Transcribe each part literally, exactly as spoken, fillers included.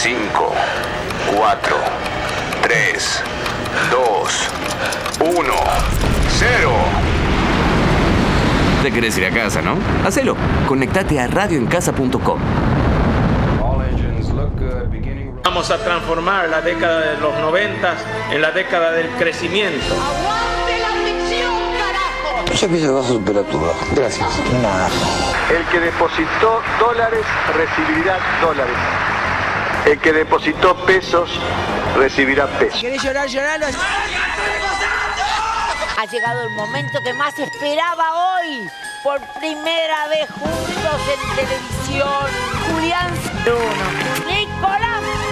cinco, cuatro, tres, dos, uno, cero. Te querés ir a casa, ¿no? Hacelo. Conectate a radio en casa punto com. Vamos a transformar la década de los noventas en la década del crecimiento. ¡Aguante la ficción, carajo! Yo pienso que vas a superar tu bajo. Gracias. Nada. El que depositó dólares recibirá dólares. El que depositó pesos recibirá pesos. ¿Querés llorar, lloralo? Ha llegado el momento que más esperaba hoy. Por primera vez juntos en televisión. Julián Bruno. Nicolás.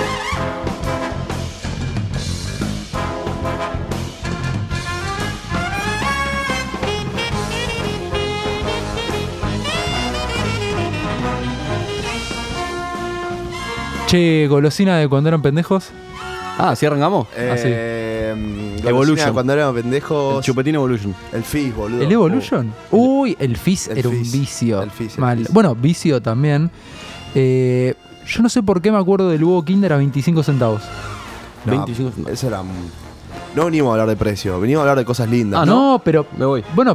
Che, golosina de cuando eran pendejos. Ah, ¿sí arrancamos? Eh, Así. Evolution. Cuando éramos pendejos. El chupetín Evolution. El Fizz, boludo. ¿El Evolution? Oh. Uy, el Fizz El era Fizz. un vicio. El Fizz, el Mal. Fizz. Bueno, vicio también. Eh, yo no sé por qué me acuerdo del huevo Kinder a veinticinco centavos. No, veinticinco centavos. Eso era. No venimos a hablar de precio, venimos a hablar de cosas lindas. Ah, no, pero. Me voy. Bueno.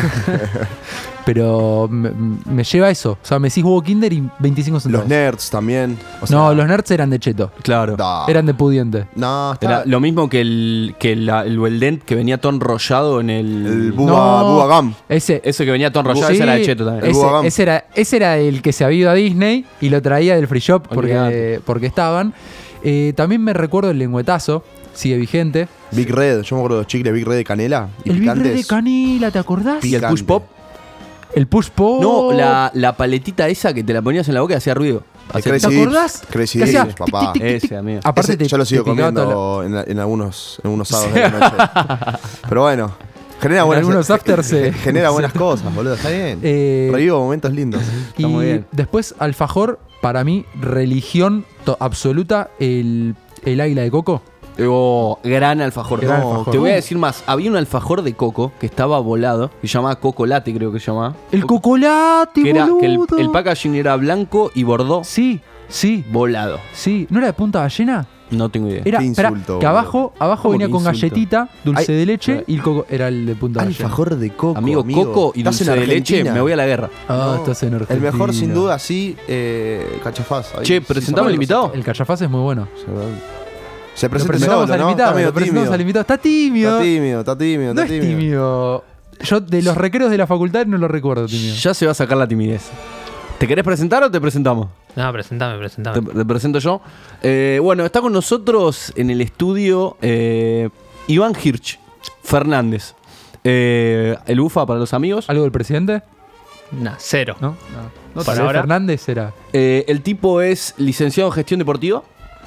Pero me, me lleva a eso. O sea, me decís huevo Kinder y veinticinco centavos. Los nerds también. O sea, no, los nerds eran de cheto. Claro. No, Eran de pudiente. no está, Era lo mismo que el que la- el Weldent que venía todo enrollado en el. el Bubba, No. Bubba Gum. Ese. Ese que venía todo enrollado, Sí, ese era de cheto también. El Ese, Bubba Gum. ese era, ese era el que se había ido a Disney y lo traía del free shop porque, Olvidate. porque estaban. Eh, también me recuerdo el lengüetazo, sigue vigente. Big Red, yo me acuerdo de los chicles Big Red de canela. Y El Big picantes. Red de canela, ¿te acordás? ¿Y el push pop? El push pop. No, la, la paletita esa que te la ponías en la boca y hacía ruido. El Hacía- Crazy ¿Te Dips, acordás? Crazy Que hacía Dips, papá. tic, tic, tic, Ese, amigo. Aparte Ese te, yo lo sigo te picaba toda comiendo en, la- en algunos, en unos sábados de la noche. Pero bueno, genera En buenas, algunos afters se- genera buenas cosas, boludo. Está bien. Eh, Revivo momentos lindos. Y muy bien. después, alfajor, para mí, religión to- absoluta, el, el águila de coco. Oh, gran alfajor. Gran No, alfajor. Te voy a decir más. Había un alfajor de coco que estaba volado, que se llamaba Coco Latte, creo que se llamaba. El cocolate, Que era que el, boludo. el packaging era blanco y bordó Sí, sí, volado. sí. ¿No era de punta ballena? No tengo idea. Era, Qué espera, insulto, que boludo. abajo, abajo ¿Cómo venía que con insulto? galletita, dulce Ay, de leche y el coco era el de punta ballena. Alfajor de coco. Amigo, coco y Estás dulce en de leche, Argentina. me voy a la guerra. Ah, No. estás en Argentina. El mejor, sin duda, sí, eh, Cachafaz. Ahí, Che, sí, ¿presentamos al sí, invitado? El cachafaz es muy bueno. Se Lo presenta presentamos solo, al ¿no? invitado, Está medio lo presentamos tímido. al invitado. Está tímido. Está tímido, está tímido, No está es tímido. tímido. Yo de los recreos de la facultad no lo recuerdo tímido. Ya se va a sacar la timidez. ¿Te querés presentar o te presentamos? No, presentame, Te, presentame. te presento yo. Eh, bueno, está con nosotros en el estudio eh, Iván Hirsch Fernández. Eh, el UFA para los amigos. ¿Algo del presidente? Nah, cero. ¿No? No. Por tal vez ahora. Fernández era. Eh, el tipo es licenciado en gestión deportiva.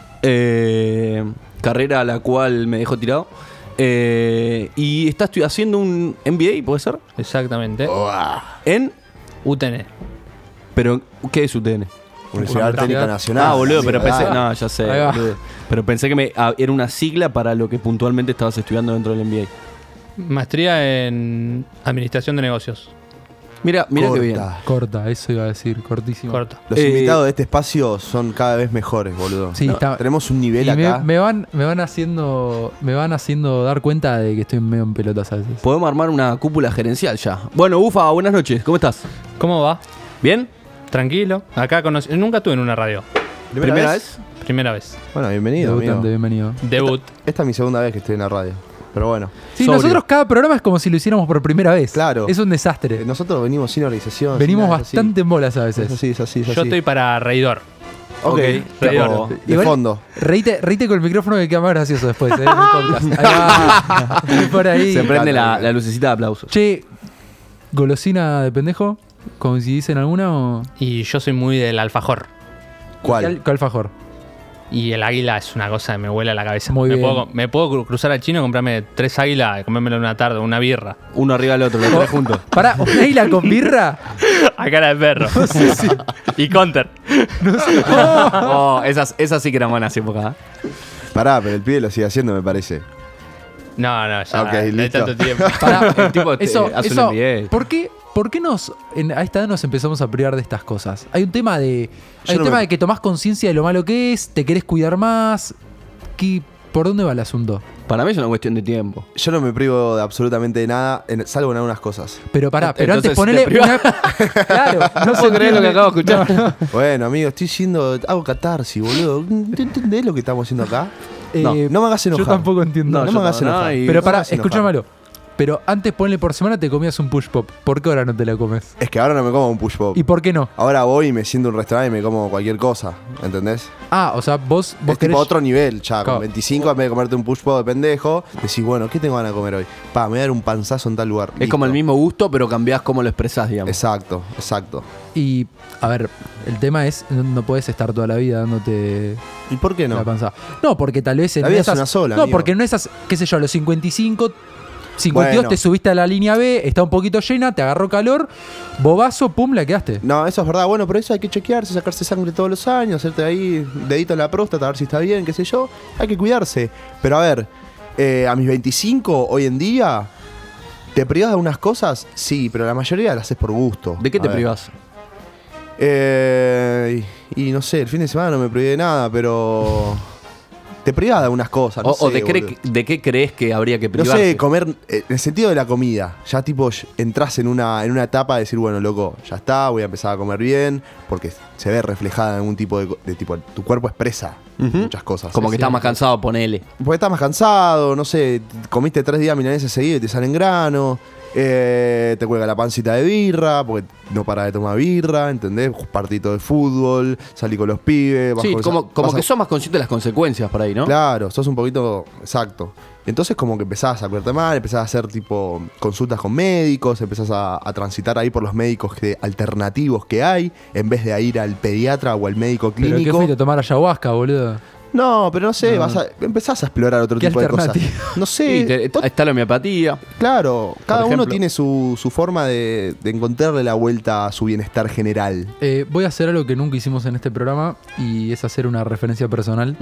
Eh, carrera a la cual me dejó tirado. Eh, y está estu- haciendo un M B A, ¿puede ser? Exactamente. En. U T N. Pero, ¿qué es U T N? Universidad Técnica Nacional. Ah, boludo, pero amigo, pensé. dale. No, ya sé. Ahí va. boludo. Pero pensé que me, ah, era una sigla para lo que puntualmente estabas estudiando dentro del M B A. Maestría en Administración de Negocios. Mira, mira qué bien. Corta. Corta, eso iba a decir, cortísimo. Corto. Los Eh, invitados de este espacio son cada vez mejores, boludo. Sí, está- Tenemos un nivel Y me, acá. me van, me van haciendo, me van haciendo dar cuenta de que estoy medio en pelotas a veces. Podemos armar una cúpula gerencial ya. Bueno, Ufa, buenas noches. ¿Cómo estás? ¿Cómo va? ¿Bien? Tranquilo. Acá conocí. Nunca estuve en una radio. ¿Primera vez? Primera vez. Bueno, bienvenido, amigo. Debutante, bienvenido. Debut. Esta es mi segunda vez que estoy en la radio. Pero bueno. Sí, Sobrio. nosotros cada programa es como si lo hiciéramos por primera vez. Claro. Es un desastre. Eh, Nosotros venimos sin organización. Venimos sin nada, es así. bastante en bolas a Es veces. así, es así, es así. Yo estoy para reidor. Ok, reidor. de Igual- fondo. Reíte, reíte con el micrófono que queda más gracioso después, ¿eh? En el podcast. Ahí va. Por ahí. Se prende encanta, la, me la lucecita de aplausos. Che, golosina de pendejo, ¿coincidís en alguna o...? Y yo soy muy del alfajor. ¿Cuál? ¿Qué alfajor? Y el águila es una cosa que me vuela la cabeza. Muy me, bien. Puedo, me puedo cru- cruzar al chino y comprarme tres águilas y comérmelo en una tarde, una birra. Uno arriba del otro, los tres juntos. Pará, ¿un águila con birra? A cara de perro. Y counter. Oh, esas, esas sí que eran buenas épocas. ¿eh? Pará, pero el pibe lo sigue haciendo, me parece. No, no, ya. Ok, no hay listo. tanto tiempo. Pará, El tipo te eso, hace eso, un M B A. ¿por qué ¿por qué nos en, a esta edad nos empezamos a privar de estas cosas? Hay un tema de hay Yo un no tema me- de que tomás conciencia de lo malo que es, te querés cuidar más. ¿Qué, ¿Por dónde va el asunto? Para mí es una cuestión de tiempo. Yo no me privo de absolutamente nada, en- salvo en algunas cosas. Pero pará, pero Entonces, antes ponele te privás. una... Claro, no, No se puedo creer lo que entiende. acabo de escuchar. Bueno, amigo, estoy yendo. Hago catarsis, boludo. ¿Entendés lo que estamos haciendo acá? No, no me hagas enojar. Yo tampoco entiendo. No, no me hagas enojar. Pero No me pará, hagas enojar. escúchamelo. Pero antes ponle por semana te comías un push pop. ¿Por qué ahora no te la comes? Es que ahora no me como un push pop. ¿Y por qué no? Ahora voy y me siento en un restaurante y me como cualquier cosa. ¿Entendés? Ah, o sea, vos, vos Es tipo querés... otro nivel, ya. Claro. Con veinticinco, en vez de comerte un push pop de pendejo, decís, bueno, ¿qué tengo ganas de comer hoy? Pa, me voy a dar un panzazo en tal lugar. Es Listo. como el mismo gusto, pero cambiás cómo lo expresás, digamos. Exacto, exacto. Y, a ver, el tema es, no, no puedes estar toda la vida dándote ¿Y por qué no? la panza. No, porque tal vez en La vida esas... es una sola, No, amigo. porque no esas, qué sé yo, a los cincuenta y cinco... cincuenta y dos Bueno. te subiste a la línea B, está un poquito llena, te agarró calor, bobazo, pum, la quedaste. No, eso es verdad. Bueno, pero eso hay que chequearse, sacarse sangre todos los años, hacerte ahí dedito en la próstata, a ver si está bien, qué sé yo. Hay que cuidarse. Pero a ver, eh, a mis veinticinco, hoy en día, ¿te privás de unas cosas? Sí, pero la mayoría las haces por gusto. ¿De qué A te ver. privás? Eh, y, y no sé, el fin de semana no me privé de nada, pero... Te privás de algunas cosas, no o o sé, de, cre- boludo. de qué crees que habría que No privarse? sé, comer, eh, en el sentido de la comida. Ya tipo sh- entras en una, en una etapa de decir, bueno, loco, ya está, voy a empezar a comer bien, porque se ve reflejada en algún tipo de, co- de tipo, tu cuerpo expresa Ujú. muchas cosas. Como que Es estás más cierto. cansado, ponele. Porque estás más cansado, no sé, t- comiste tres días milanesas seguidos y te salen grano, eh, te cuelga la pancita de birra, porque no para de tomar birra, ¿entendés? Partito de fútbol, salí con los pibes. vas Sí, con esa- como, como vas a- que sos más consciente de las consecuencias por ahí, ¿no? Claro, sos un poquito exacto. Entonces como que empezás a cuidarte mal, empezás a hacer tipo consultas con médicos, empezás a, a transitar ahí por los médicos que, alternativos que hay, en vez de ir al pediatra o al médico ¿Pero qué clínico. fuiste a tomar ayahuasca, boludo? No, pero no sé, No. vas a, empezás a explorar otro ¿Qué tipo de cosas. alternativa? No sé, Sí, te- vos- está la homeopatía. claro, cada uno ejemplo. tiene su, su forma de, de encontrarle la vuelta a su bienestar general. Eh, voy a hacer algo que nunca hicimos en este programa y es hacer una referencia personal.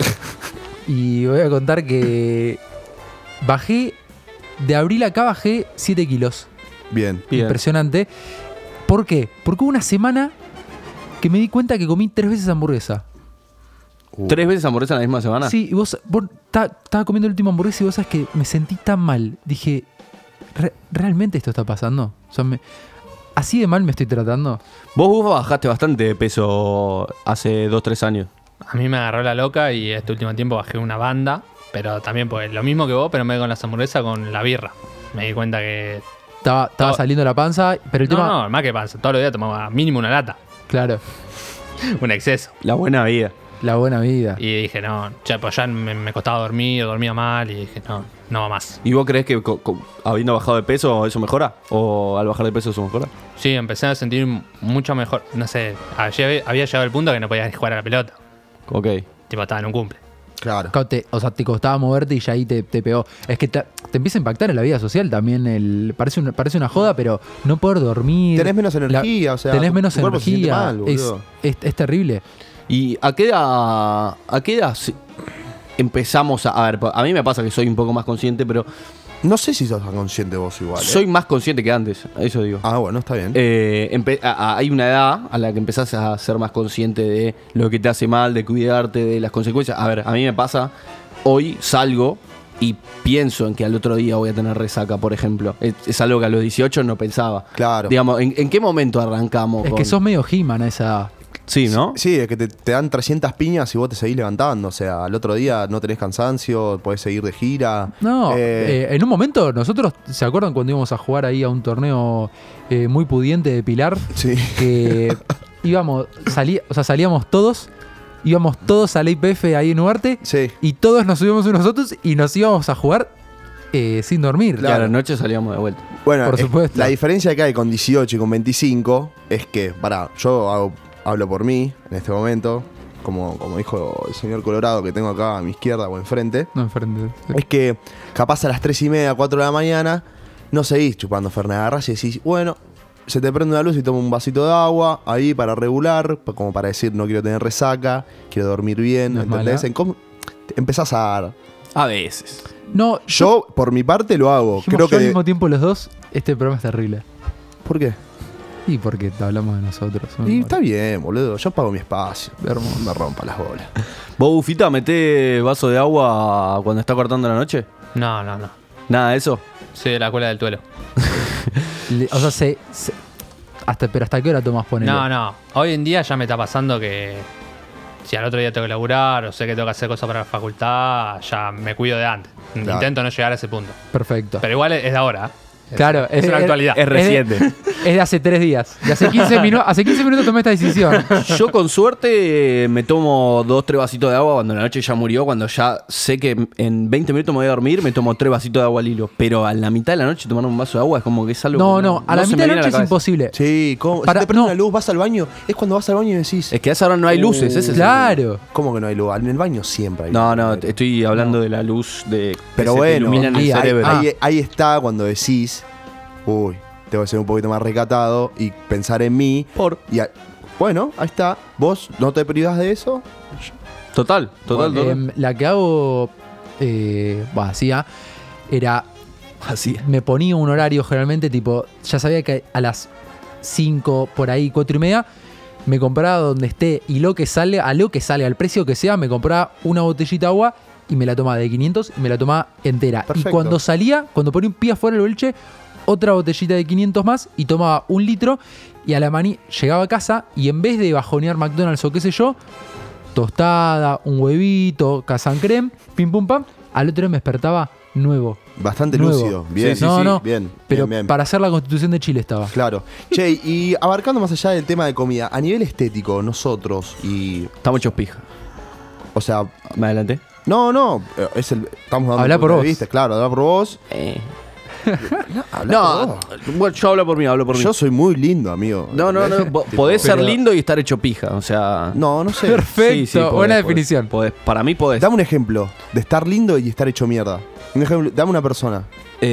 Y voy a contar que bajé, de abril acá bajé siete kilos. Bien. Bien. Impresionante. ¿Por qué? Porque hubo una semana que me di cuenta que comí tres veces hamburguesa. Uh, ¿Tres veces hamburguesa en la misma semana? Sí, y vos, vos ta- estaba comiendo el último hamburguesa y vos sabes que me sentí tan mal. Dije, "¿Re- ¿realmente esto está pasando? O sea, me- ¿así de mal me estoy tratando? Vos, vos bajaste bastante de peso hace dos, tres años. A mí me agarró la loca y este último tiempo bajé una banda. Pero también pues lo mismo que vos, pero en vez de con las hamburguesas, con la birra. Me di cuenta que... Estaba, estaba No. saliendo la panza, pero el No, tema... no, más que panza. Todos los días tomaba mínimo una lata. Claro, Un exceso. La buena vida. la buena vida. Y dije, no, ya, pues ya me, me costaba dormir, dormía mal y dije, no, no va más. ¿Y vos crees que co- co- habiendo bajado de peso eso mejora? ¿O al bajar de peso eso mejora? Sí, empecé a sentir mucho mejor. No sé, había, había llegado el punto que no podía ni jugar a la pelota. Ok. Tipo, estaba en un cumple. Claro. Claro, te- o sea, te costaba moverte y ya ahí te, te pegó. Es que te, te empieza a impactar en la vida social también. El, parece, una, parece una joda, pero no poder dormir. Tenés menos la- energía, o sea, Tenés tu- menos tu cuerpo se siente energía. mal, es, boludo. es, es terrible. ¿Y a qué edad, a qué edad se- empezamos a... A ver, a mí me pasa que soy un poco más consciente, pero No sé si sos tan consciente vos igual. ¿eh? soy más consciente que antes, eso digo. Ah, bueno, está bien. Eh, empe- a- a- hay una edad a la que empezás a ser más consciente de lo que te hace mal, de cuidarte, de las consecuencias. A ver, a mí me pasa, hoy salgo y pienso en que al otro día voy a tener resaca, por ejemplo. Es, es algo que a los dieciocho no pensaba. Claro. Digamos, ¿en, en qué momento arrancamos? Es con- que sos medio He-Man a esa edad. Sí, ¿no? Sí, es que te, te dan trescientas piñas y vos te seguís levantando. O sea, al otro día no tenés cansancio, podés seguir de gira. No, Eh, eh, en un momento nosotros, ¿se acuerdan cuando íbamos a jugar ahí a un torneo eh, muy pudiente de Pilar? sí. Que íbamos, salí, o sea, salíamos todos, íbamos todos al I P F ahí en Ugarte Sí. y todos nos subíamos unos otros y nos íbamos a jugar eh, sin dormir. Y a la noche salíamos de vuelta. Bueno, Por es- supuesto. la diferencia que hay con dieciocho y con veinticinco es que, pará, yo hago- hablo por mí en este momento, como, como dijo el señor Colorado que tengo acá a mi izquierda o enfrente, No, enfrente. es que capaz a las tres y media, cuatro de la mañana, no seguís chupando Fernet, agarrás y decís, bueno, se te prende una luz y tomo un vasito de agua ahí para regular, pa- como para decir no quiero tener resaca, quiero dormir bien, No es ¿entendés? mala. En cómo- te empezás a dar. A veces. No, Yo, por mi parte, lo hago. dijimos Creo yo al que mismo tiempo los dos, este programa es terrible. ¿Por qué? Y porque hablamos de nosotros. Y está bien, boludo. Yo pago mi espacio. Hermoso. Me rompa las bolas. ¿Vos, Bufita, metés vaso de agua cuando está cortando la noche? No, no, no. ¿Nada de eso? Soy de la escuela del tuelo. Le- o sea, se, se- hasta, pero ¿hasta qué hora tomás ponele? No, no. Hoy en día ya me está pasando que si al otro día tengo que laburar o sé que tengo que hacer cosas para la facultad, ya me cuido de antes. Claro. Intento no llegar a ese punto. Perfecto. Pero igual es de ahora. ¿eh? Es- Claro, es, una actualidad. Es reciente. Es de hace tres días. De hace quince minutos. Hace quince minutos tomé esta decisión. Yo con suerte eh, me tomo dos, tres vasitos de agua cuando la noche ya murió, cuando ya sé que en veinte minutos me voy a dormir, me tomo tres vasitos de agua al hilo. Pero a la mitad de la noche tomar un vaso de agua es como que es algo No, que no, a la se mitad me de la viene a noche es cabeza. imposible. Sí, ¿cómo? Para- si te prende no. la luz, vas al baño. Es cuando vas al baño y decís. Es que a esa hora no hay luces, ese es el- Claro. ¿Cómo que no hay luz? En el baño siempre hay No, luz. no, te- estoy hablando de la luz de Pero que se te bueno, ilumina en el ahí, ahí- cerebro. ahí- ahí está cuando decís, uy, tengo que ser un poquito más recatado y pensar en mí. Por. Y a- bueno, ahí está. ¿Vos no te privás de eso? Total, total, total. Em, la que hago, eh, bah, hacía, era, Así. me ponía un horario generalmente, tipo, ya sabía que a las cinco, por ahí, cuatro y media, me compraba donde esté y lo que sale, a lo que sale, al precio que sea, me compraba una botellita de agua y me la tomaba de quinientos y me la tomaba entera. Perfecto. Y cuando salía, cuando ponía un pie afuera del boliche, otra botellita de quinientos más y tomaba un litro y a la mani llegaba a casa y en vez de bajonear McDonald's o qué sé yo, tostada, un huevito, casan creme, pim pum pam, al otro día me despertaba nuevo. Bastante Nuevo. lúcido. Bien, Sí, no, sí, no, bien. pero bien, bien. para hacer la Constitución de Chile estaba. Claro. Che, y abarcando más allá del tema de comida, a nivel estético, nosotros y. Estamos hechos pija. O sea, ¿Me adelanté? no, no. eh, Es el, estamos dando Habla un por punto de vos. vista, claro, habla por vos. Eh. Habla por No, vos. bueno, yo hablo por mí, hablo por mí. Yo soy muy lindo, amigo. No, no, no. po- Tipo, Podés ser pero- lindo y estar hecho pija. O sea. No, no sé. Perfecto, Sí, sí, podés, buena podés, definición. podés. Para mí podés. Dame un ejemplo de estar lindo y estar hecho mierda. Un ejemplo, dame una persona.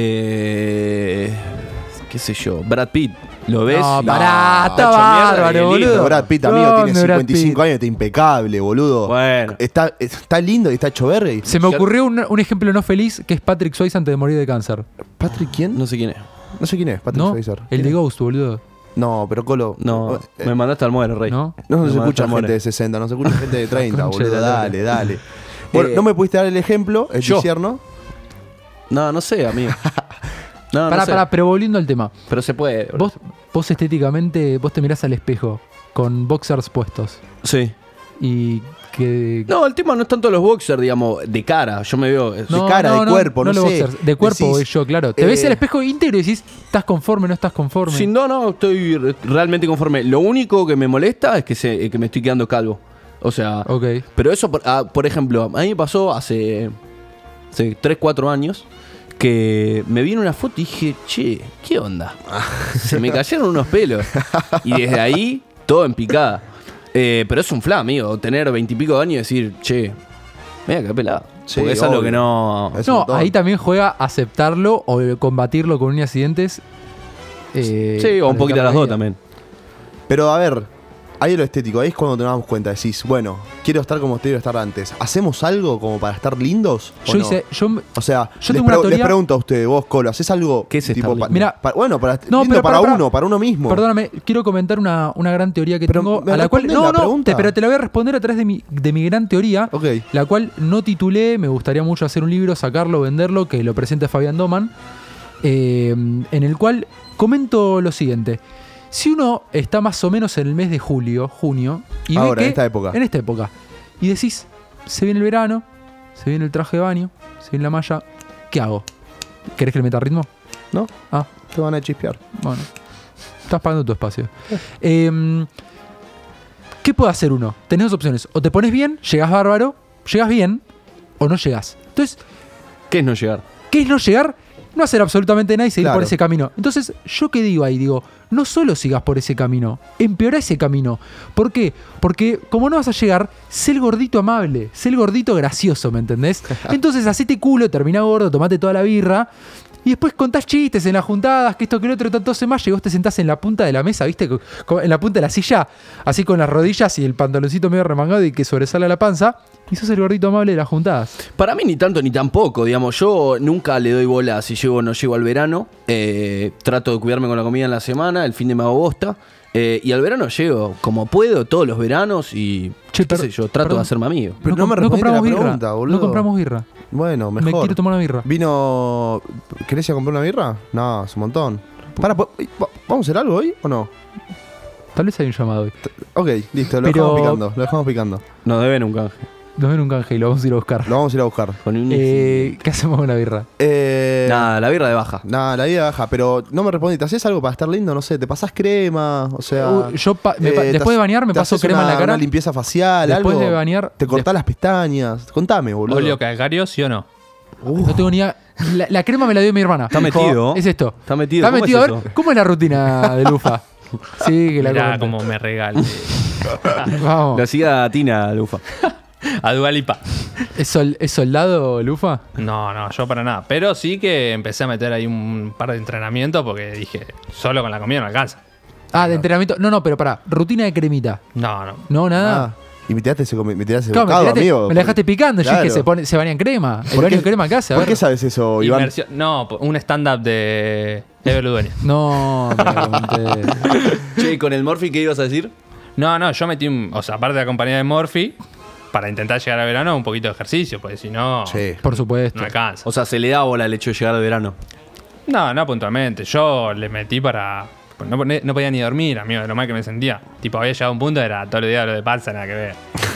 Eh, qué sé yo, Brad Pitt. ¿Lo ves? No, Y- pará, está está hecho mierda y bárbaro, es lindo. boludo. Pero Brad Pitt, amigo, ¿Dónde tiene Brad cincuenta y cinco Pitt? años, está impecable, boludo. Bueno. Está, está lindo y está hecho verga. y- Se me ocurrió un, un ejemplo no feliz que es Patrick Swayze antes de morir de cáncer. ¿Patrick quién? No sé quién es. No sé quién es, Patrick ¿No? Swayze. El de Ghost, boludo. No, pero Colo. No, eh, me mandaste al muere, rey. ¿No? No Me se mandaste escucha al gente muere. de sesenta, no se escucha gente de treinta, Concha de boludo. la lora. Dale, dale. Bueno, Eh, no me pudiste dar el ejemplo, el yo. infierno. No, no sé, amigo. No, no Pará, sé. pará, pero volviendo al tema. Pero se puede. Vos, vos estéticamente, vos te mirás al espejo con boxers puestos. Sí. Y que... No, el tema no es tanto los boxers, digamos, de cara. Yo me veo. No, cara, de cuerpo, no los sé. boxers, de cuerpo Decís, voy yo, claro. Te eh, ves el espejo íntegro y decís, ¿estás conforme, no estás conforme? Sin no, no, estoy re- realmente conforme. Lo único que me molesta es que, se, que me estoy quedando calvo. O sea, Ok. pero eso, por, ah, por ejemplo, a mí me pasó hace, hace tres, cuatro años que me vi en una foto y dije, che, ¿qué onda? Se me cayeron unos pelos. Y desde ahí, todo en picada. Eh, pero es un fla, amigo, tener veintipico de años y decir, che, mira qué pelada. Sí, Porque es algo obvio. que no... Es un No, montón. ahí también juega aceptarlo o combatirlo con uñas y dientes. eh, Sí, o un para poquito evitar las la dos vida. también. Pero a ver, ahí lo estético, ahí es cuando te damos cuenta, decís, bueno, quiero estar como quiero estar antes. ¿Hacemos algo como para estar lindos? o Yo no? hice. Yo, O sea, yo les, tengo una pre- les teoría- pregunto a ustedes, vos, Colo, ¿haces algo ¿Qué es estar pa- lindo? Mira, pa- bueno, para, no, lindo pero para pará, uno, pará. para uno mismo? Perdóname, quiero comentar una, una gran teoría que Pero tengo. me A la cual. respondés No, la no, pregunta. te- pero te la voy a responder a través de mi, de mi gran teoría. Ok. La cual no titulé, me gustaría mucho hacer un libro, sacarlo, venderlo, que lo presente Fabián Doman. eh, en el cual comento lo siguiente. Si uno está más o menos en el mes de julio, junio, y ve Ahora, que- en esta época. En esta época. Y decís, se viene el verano, se viene el traje de baño, se viene la malla, ¿qué hago? ¿Querés que le meta ritmo? ¿No? Ah, Te van a chispear. bueno. Estás pagando tu espacio. Em, ¿Qué puede hacer uno? Tenés dos opciones. O te pones bien, llegas bárbaro, llegas bien, o no llegas. Entonces, ¿Qué es no llegar? ¿qué es no llegar? No hacer absolutamente nada y seguir Claro. por ese camino. Entonces, ¿yo qué digo ahí? Digo, no solo sigas por ese camino, empeorá ese camino. ¿Por qué? Porque como no vas a llegar, sé el gordito amable, sé el gordito gracioso, ¿me entendés? Entonces, hacete culo, termina gordo, tomate toda la birra. Y Y después contás chistes en las juntadas, que esto, que lo otro, tanto se más. Y vos te sentás en la punta de la mesa, ¿viste? Co- co- En la punta de la silla, así con las rodillas y el pantaloncito medio remangado y que sobresale la panza. Y sos el gordito amable de las juntadas. Para mí ni tanto ni tampoco, digamos, yo nunca le doy bola si llego o no llego al verano, eh, trato de cuidarme con la comida en la semana, el fin de me hago bosta, eh, y al verano llego como puedo todos los veranos y Che, qué per- sé yo, trato perdón. de hacerme amigo. Pero no, com- me respondiste la compramos birra. pregunta, boludo. No compramos birra. Bueno, mejor. Me quiero tomar una birra. Vino... ¿Querés ir a comprar una birra? No, es un montón. Para, ¿vamos a hacer algo hoy o no? Tal vez hay un llamado hoy. Ok, listo, lo Pero- dejamos picando. Lo dejamos picando. Nos deben un canje. Nos ven un canje y lo vamos a ir a buscar. Lo vamos a ir a buscar. Con un Eh, ¿Qué hacemos con la birra? Eh... Nada, la birra de baja. Nada, la vida baja, pero no me respondiste. ¿Haces algo para estar lindo? No sé, ¿te pasás crema? O sea... Uh, yo pa- me pa- eh, después te de bañar me te paso haces crema en una- la cara. Una limpieza facial, Después algo. de bañar- ¿Te cortás las pestañas? Contame, boludo. ¿Óleo calcáreo, sí o no? No tengo ni idea. La, la crema me la dio mi hermana. Está metido. Es esto. Está metido. Está ¿Cómo metido. es A ver, eso? ¿cómo es la rutina de Lufa? Sí, que la Mirá cuente. como me regale. Vamos. La hacía Tina Lufa. A Dua Lipa. ¿Es, sol- ¿Es soldado, Lufa? No, no, yo para nada. Pero sí que empecé a meter ahí un par de entrenamientos porque dije, solo con la comida no alcanza. Ah, de entrenamiento. No, no, pero pará. Rutina de cremita. No, no. No, nada. Ah, y me tiraste ese, comi- me tiraste ese Claro, me, bocado, tiraste- amigo. me la dejaste picando. Yo Claro. dije, se, pone, se baña en crema. El ¿Por baño qué- en crema que hace. A ¿Por ver. qué sabes eso, Iván? Inversión- no, un stand-up de Eve Ludueña. No, me lo conté. Che, ¿y con el Morphy qué ibas a decir? No, no, yo metí un. O sea, aparte de la compañía de Morphy, para intentar llegar al verano, un poquito de ejercicio, porque si no, Sí. Por supuesto. no alcanza. O sea, se le da bola el hecho de llegar al verano. No, no puntualmente. Yo le metí para. No, no podía ni dormir, amigo, de lo mal que me sentía. Tipo, había llegado a un punto, era todo el día lo de panza, nada que ver.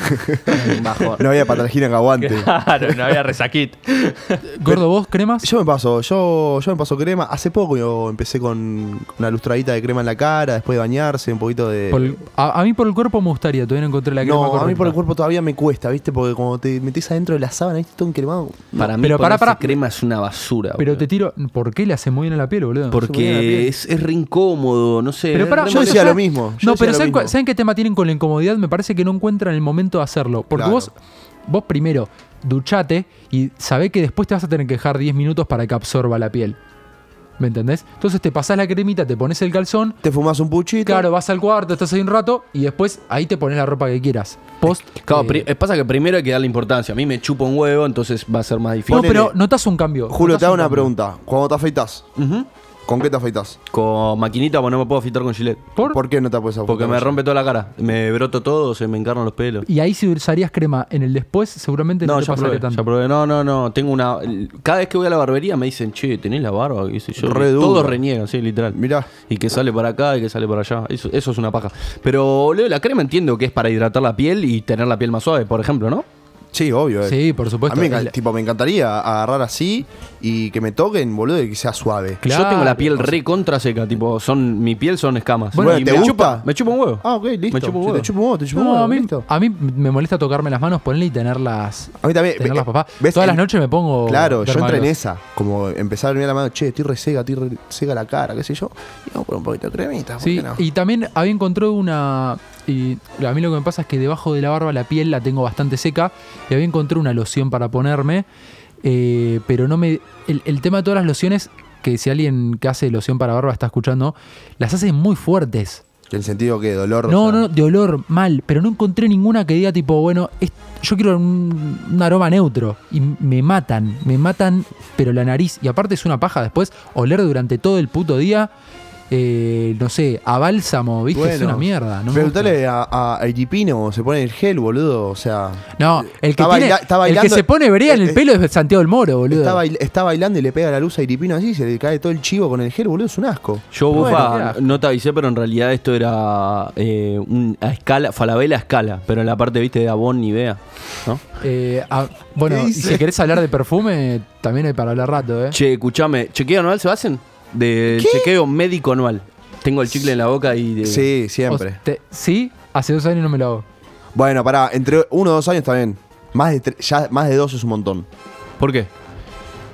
Bajón. No había patragina que aguante. Claro, no había resaquit. Gordo, ¿vos cremas? Yo me paso, yo, yo me paso crema. Hace poco yo empecé con una lustradita de crema en la cara, después de bañarse, un poquito de... Por el- a, a mí por el cuerpo me gustaría, todavía no encontré la crema no, a mí correcta. por el cuerpo todavía me cuesta, ¿viste? Porque como te metes adentro de la sábana, ¿viste? Todo encremado. Para mí, Pero pará, ponerse pará. crema es una basura. Pero boludo. te tiro. ¿Por qué le hace muy bien a la piel, boludo? Se pone la piel. Porque es, es re incómodo, no sé. Pero es pará, re Yo molesto. decía lo mismo. yo No, decía pero lo ¿saben, mismo. cua- ¿saben qué tema tienen con la incomodidad? Me parece que no encuentran el momento de hacerlo. Porque Claro. vos, vos primero duchate y sabés que después te vas a tener que dejar diez minutos para que absorba la piel. ¿Me entendés? Entonces te pasás la cremita, te pones el calzón, Te fumás un puchito. claro, vas al cuarto, estás ahí un rato y después ahí te pones la ropa que quieras. Post. Claro, eh, pri- eh, pasa que primero hay que darle importancia. A mí me chupa un huevo, entonces va a ser más difícil. no, ponele- pero notas un cambio. Julio, notás te hago un una cambio. pregunta. Cuando te afeitas, Ujú. ¿con qué te afeitas? Con maquinita, pues no me puedo afitar con Gillette. ¿Por? ¿Por qué no te puedes afeitar? Porque me rompe toda la cara. Me broto todo, se me encarnan los pelos. Y ahí si usarías crema en el después, seguramente no, No, te ya pasaría probé, tanto. ya probé. No, no, no. Tengo una. Cada vez que voy a la barbería me dicen, che, ¿tenés la barba? ¿Qué sé yo? Re dura. Todos reniegan, sí, literal. Mirá. Y que sale para acá y que sale para allá. Eso, eso es una paja. Pero, boludo, la crema entiendo que es para hidratar la piel y tener la piel más suave, por ejemplo, ¿no? Sí, obvio. eh. Sí, por supuesto. A mí me, encan- El- tipo, me encantaría agarrar así y que me toquen, boludo, y que sea suave. Claro. Yo tengo la piel re contra seca, tipo, son, mi piel son escamas. Bueno, Y ¿te me gusta? chupa, me chupa un huevo. Ah, ok, listo. Me chupa un Si huevo. te chupa un huevo, te chupa un No, huevo, a mí, listo. a mí me molesta tocarme las manos, ponerle y tenerlas. A mí también. Tenerlas, Ve- papá. ¿ves? Todas las En- noches me pongo. Claro, yo entré en dermalos. esa. Como empezar a mirar la mano, che, estoy re seca, estoy re seca la cara, qué sé yo. Y vamos por un poquito de cremita, ¿por Sí, qué no? y también había encontrado una. Y a mí lo que me pasa es que debajo de la barba la piel la tengo bastante seca. Y había encontrado una loción para ponerme. eh, pero no me. El, el tema de todas las lociones, que si alguien que hace loción para barba está escuchando, las hace muy fuertes. ¿En el sentido que dolor? No, o sea, no, de olor mal, pero no encontré ninguna que diga tipo, bueno, es- yo quiero un, un aroma neutro. Y me matan, me matan, pero la nariz. Y aparte es una paja después oler durante todo el puto día, eh, no sé, a bálsamo, ¿viste? Es Bueno, una mierda. No, me Preguntale a, a, a Iripino, se pone el gel, boludo. O sea, gusta. No, el que, Está tiene- baila- está el bailando- que se pone brea en el eh, pelo es Santiago del Moro, boludo. está, bail- está bailando y le pega la luz a Iripino así, se le cae todo el chivo con el gel, boludo, es un asco. Yo, Bueno, Bufa, mirá. no te avisé, pero en realidad esto era eh, un- a escala, Falabella a escala, pero en la parte, viste, de Avon Nivea, ¿no? Eh, ah, bueno, ¿Qué y dice? si querés hablar de perfume, también hay para hablar rato, ¿eh? Che, escuchame, ¿chequeo anual se hacen? Del chequeo médico anual. Tengo el chicle en la boca y... de- Sí, siempre. O te- sí, hace dos años no me lo hago. Bueno, pará, entre uno o dos años está bien. Más de, tre- ya, más de dos es un montón. ¿Por qué?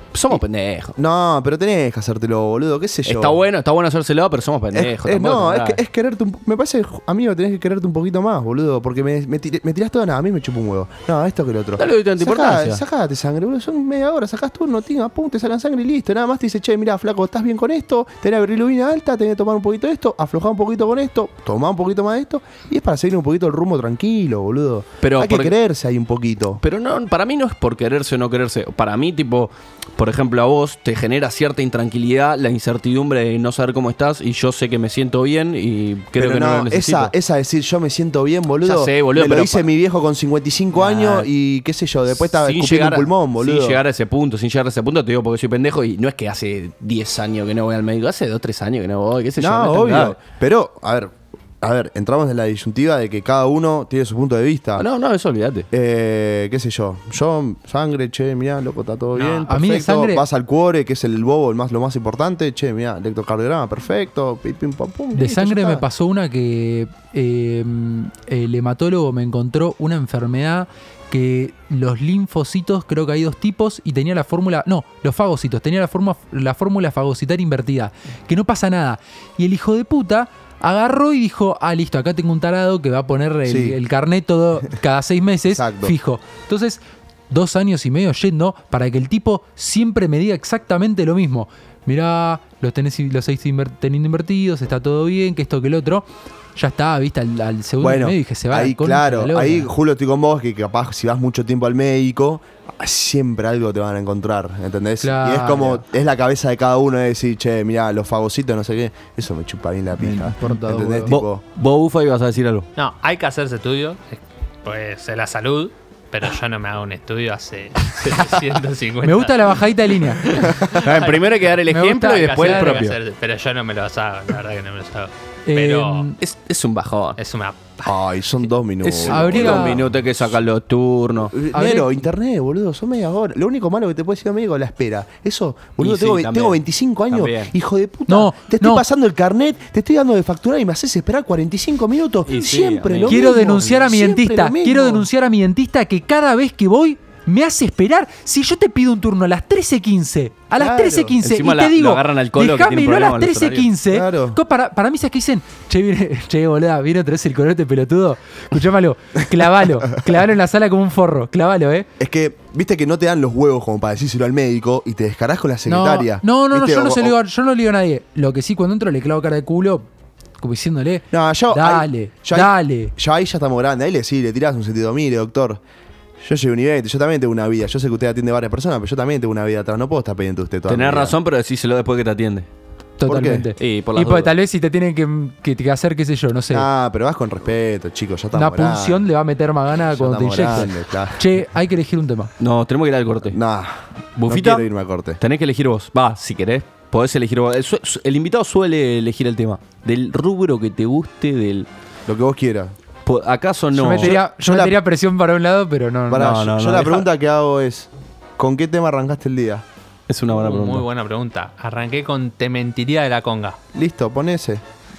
Somos pendejos. No, pero tenés que hacértelo, boludo, qué sé yo. Está bueno, está bueno hacérselo, pero somos pendejos. Es- es- tampoco no, es es, que, es quererte un, me parece, amigo, tenés que quererte un poquito más, boludo. Porque me, me, tir- me tirás todo, nada, a mí me chupa un huevo. No, esto que lo otro. Dale tanta Sacá- importancia. Sacate sangre, boludo. Son media hora, sacás turno, tinga, pum, te sacan sangre y listo. Nada más te dice, che, mirá, flaco, ¿estás bien con esto? Tenés bilirrubina alta, tenés que tomar un poquito de esto, aflojar un poquito con esto, tomar un poquito más de esto. Y es para seguir un poquito el rumbo tranquilo, boludo. Pero Hay que porque- creerse ahí un poquito. Pero no, para mí no es por quererse o no quererse. Para mí, tipo, por ejemplo, a vos te genera cierta intranquilidad la incertidumbre de no saber cómo estás y yo sé que me siento bien y creo Pero que no, lo necesito. esa, esa decir yo me siento bien, boludo. Ya sé, boludo, Me lo pero dice pa- mi viejo con cincuenta y cinco años y qué sé yo, después estaba sin escupiendo llegar, un pulmón, boludo. sin llegar a ese punto, sin llegar a ese punto, te digo porque soy pendejo y no es que hace diez años que no voy al médico, hace dos, tres años que no voy, qué sé yo. No, es tan obvio. grave. Pero, a ver, a ver, entramos en la disyuntiva de que cada uno tiene su punto de vista. No, no, eso olvídate. Eh, qué sé yo. Yo, sangre, che, mirá, loco, está todo No, bien. a mí de perfecto. sangre- Vas al cuore, que es el bobo, el más, lo más importante. Che, mirá, electrocardiograma, perfecto. Pim, pim, pam, pum, De listo, sangre ya me está. pasó una que eh, el hematólogo me encontró una enfermedad que los linfocitos, creo que hay dos tipos, y tenía la fórmula, no, los fagocitos, tenía la, forma, la fórmula fagocitaria invertida, que no pasa nada. Y el hijo de puta agarró y dijo, ah, listo, acá tengo un tarado que va a poner el, Sí. el carnet todo cada seis meses, Exacto. fijo. Entonces, dos años y medio yendo para que el tipo siempre me diga exactamente lo mismo. Mirá, los tenés los seis inver- teniendo invertidos, está todo bien, que esto, que el otro. Ya está, viste, al, al segundo y Bueno, medio dije, se va ahí la concha de claro, la lora. ahí Julio estoy con vos, que capaz si vas mucho tiempo al médico, siempre algo te van a encontrar, ¿entendés? Claro. Y es como, es la cabeza de cada uno de decir, che, mirá, los fagocitos, no sé qué, eso me chupa bien la pija. importa dos ¿Entendés? huevos. Tipo, Vos, vos, Ufa, ibas a decir algo. No, hay que hacerse estudios, eh, pues es la salud, pero yo no me hago un estudio hace ciento cincuenta. Me gusta la bajadita de línea. A ver, primero hay que dar el Me ejemplo gusta y después el Hay que propio. hacerse, pero yo no me los hago, la verdad que no me los hago. Pero Eh, Es, es un bajón. es una... ay, son dos minutos. Es Habría- dos minutos hay que sacar los turnos. Habría- Nero, internet, boludo, son media hora. Lo único malo que te puede decir amigo es la espera. Eso, boludo, Y sí, tengo, ve- también. tengo veinticinco años, También. hijo de puta. No, te estoy no. pasando el carnet, te estoy dando de facturar y me haces esperar cuarenta y cinco minutos. Y sí, siempre amigo. lo Quiero mismo, denunciar a mi siempre dentista. lo mismo. Quiero denunciar a mi dentista que cada vez que voy me hace esperar. Si yo te pido un turno a las trece quince, a las Claro. trece quince, y Encima te la- digo, lo agarran al colo que tiene déjamelo a problemas las con los trece quince. Claro. Co- Para, para mí, ¿sabes qué dicen? Che, viene, che, boluda, viene otra vez el colorete pelotudo. Escuchámalo, clavalo, clavalo en la sala como un forro, clavalo, ¿eh? Es que, viste que no te dan los huevos como para decírselo al médico y te descarás con la secretaria. No, no, no, ¿Viste? yo no, O- se lo o- digo, yo no le digo a nadie. Lo que sí, cuando entro le clavo cara de culo, como diciéndole, No, yo. dale, ahí- yo ahí- dale. Ya ahí ya estamos grandes. Ahí le sí, le tirás un sentido, mire, doctor. Yo llevo un I veinte, yo también tengo una vida. Yo sé que usted atiende a varias personas, pero yo también tengo una vida atrás. No puedo estar pendiente de usted toda Tenés mi vida. razón, pero decíselo después que te atiende. Totalmente. qué? Y por y las porque dudas. tal vez si te tienen que, que, que hacer, qué sé yo, no sé. Ah, pero vas con respeto, chicos. Ya estamos Una punción grandes. le va a meter más ganas Ya cuando te estamos inyecten. grandes, claro. Che, hay que elegir un tema. No, tenemos que ir al corte. Nah. Bufita, No quiero irme a corte. tenés que elegir vos. Va, si querés, podés elegir vos. El, su- su- el invitado suele elegir el tema. Del rubro que te guste, del... Lo que vos quieras. po- ¿Acaso no? Yo metería, yo yo la- metería presión para un lado, pero no. Pará, no, yo, no, yo no, la deja- pregunta que hago es: ¿con qué tema arrancaste el día? Es una buena Uh, pregunta. muy buena pregunta. Arranqué con Te mentiría de la conga. Listo, pon ese.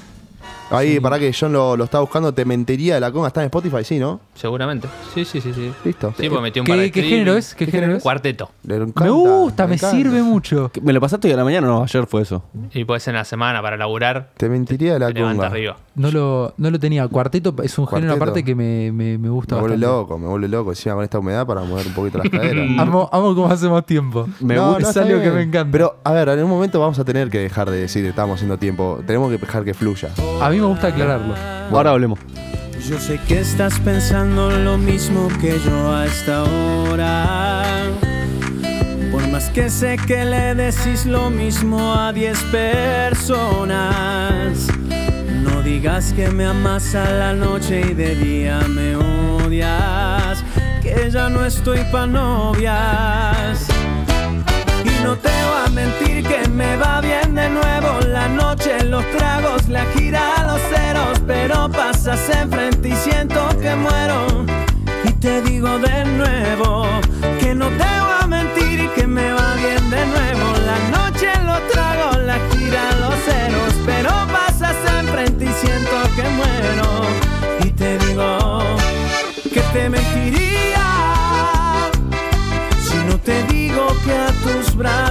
Ahí, Sí. para que yo lo, lo estaba buscando. Te mentiría de la conga. Está en Spotify, sí, ¿no? Seguramente. Sí, sí, sí, sí. Listo. Sí, pues metí un ¿Qué- par de qué streaming. género es? ¿Qué género es? Cuarteto. Le encanta, Me gusta, me, encanta. sirve mucho. ¿Me lo pasaste hoy a la mañana o no? Ayer fue eso. Y puede ser en la semana para laburar. Te mentiría de la Te levanta conga. arriba. No lo, no lo tenía. Cuarteto es un género Cuarteto. aparte que me, me, me gusta Me vuelve bastante. loco, me vuelve loco. Encima con esta humedad para mover un poquito las caderas. Amo, amo cómo hacemos tiempo. Me No, gusta. no, es está algo bien. que me encanta. Pero, a ver, en un momento vamos a tener que dejar de decir que estamos haciendo tiempo. Tenemos que dejar que fluya. A mí me gusta aclararlo. Ahora hablemos. Yo sé que estás pensando lo mismo que yo a esta hora. Por más que sé que le decís lo mismo a diez personas. No digas que me amas a la noche y de día me odias. Que ya no estoy pa' novias. Y no te voy a mentir que me va bien de nuevo. La noche, los tragos, la gira, los ceros. Pero pasas enfrente y siento que muero. Y te digo de nuevo que no te voy a mentir que me va bien de nuevo. La noche, los tragos, la gira, los ceros. Pero pasas enfrente y siento que muero. Y te digo que te mentiría si no te digo que a tus brazos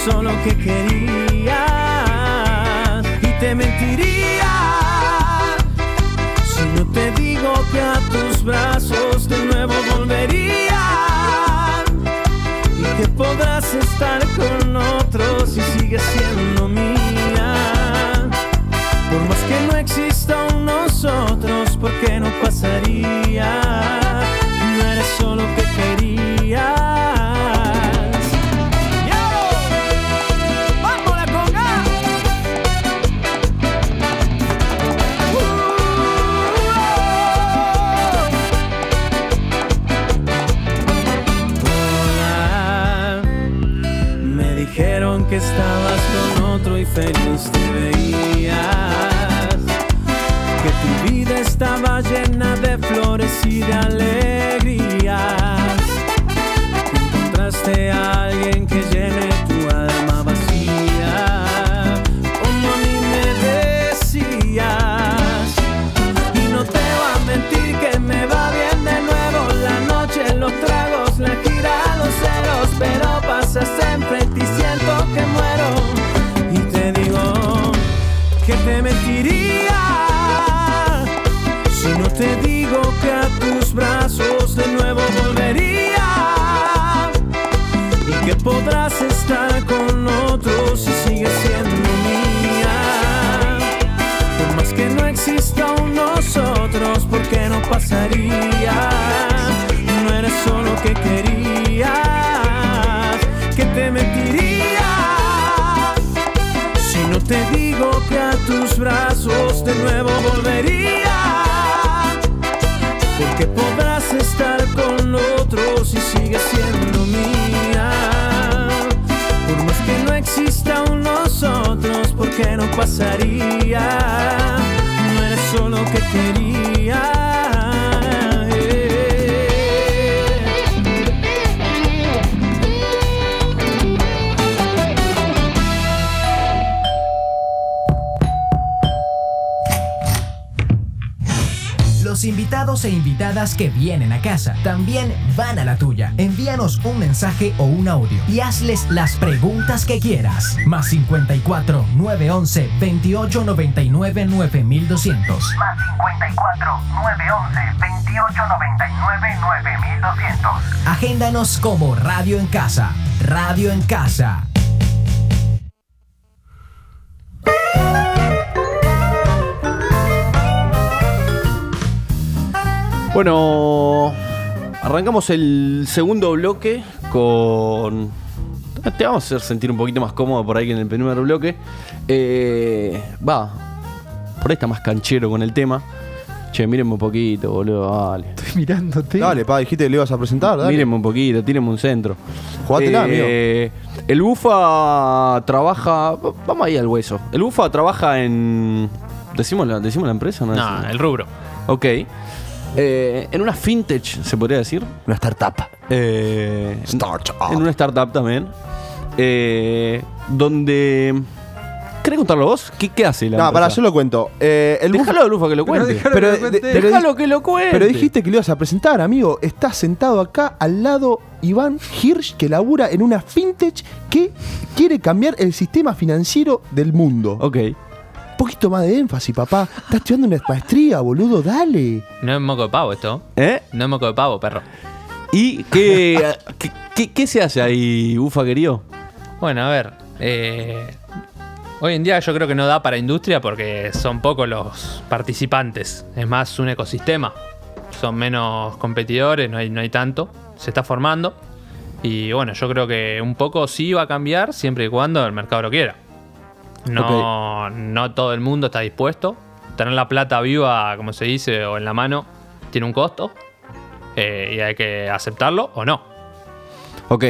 eso lo que querías y te mentiría si no te digo que a tus brazos de nuevo volvería y que podrás estar con otros y sigues siendo mía. Por más que no exista un nosotros, ¿por qué no pasaría? No eres solo que querías. Dijeron que estabas con otro y feliz te veías, que tu vida estaba llena de flores y de alegrías, que encontraste a alguien que llene tu alma vacía, como a mí me decías. Y no te voy a mentir que me va bien de nuevo la noche, los tragos, la gira, los celos, pero pasas enfrente y siento que muero. Y te digo que te mentiría si no te digo que a tus brazos de nuevo volvería y que podrás estar con otros y sigues siendo mía. Por más que no exista un nosotros, ¿por qué no pasaría? No eres solo que querías, que te mentiría si no te digo que a tus brazos de nuevo volvería, porque podrás estar con otros y sigues siendo mía. Por más que no exista un nosotros, ¿por qué no pasaría? No eres solo que querías. Los invitados e invitadas que vienen a casa también van a la tuya. Envíanos un mensaje o un audio y hazles las preguntas que quieras. Más cincuenta y cuatro, nueve once, veintiocho noventa y nueve, nueve mil doscientos. Más cincuenta y cuatro, nueve once, veintiocho noventa y nueve, nueve mil doscientos. Agéndanos como Radio en Casa. Radio en Casa. Bueno, arrancamos el segundo bloque con... Te vamos a hacer sentir un poquito más cómodo por ahí que en el primer bloque. Eh, va, por ahí está más canchero con el tema. Che, mírenme un poquito, boludo, dale. Estoy mirándote. Dale, pa, dijiste que le ibas a presentar, dale. Mírenme un poquito, tírenme un centro. Jugátela, eh, amigo. El Bufa trabaja... Vamos ahí al hueso. El Bufa trabaja en... ¿Decimos la, decimos la empresa? No, No, el rubro. Ok. Eh, en una fintech, se podría decir. Una startup. Eh, startup. En una startup también. Eh, donde... ¿Querés contarlo vos? ¿Qué, qué hace la No, empresa? pará, yo lo cuento. Eh, el Déjalo de Lufa que lo cuente. déjalo Pero, que lo cuente. de- pero Déjalo di- que lo cuente. Pero dijiste que lo ibas a presentar, amigo. Está sentado acá al lado Iván Hirsch, que labura en una fintech que quiere cambiar el sistema financiero del mundo. Ok. Un poquito más de énfasis, papá. Estás estudiando una maestría, boludo. Dale. No es moco de pavo esto. ¿Eh? No es moco de pavo, perro. ¿Y qué, qué, qué, qué se hace ahí, Bufa querido? Bueno, a ver. Eh, hoy en día yo creo que no da para industria porque son pocos los participantes. Es más un ecosistema. Son menos competidores, no hay, no hay tanto. Se está formando. Y bueno, yo creo que un poco sí va a cambiar siempre y cuando el mercado lo quiera. No, okay. No todo el mundo está dispuesto. Tener la plata viva, como se dice, o en la mano, tiene un costo. Eh, y hay que aceptarlo o no. Ok.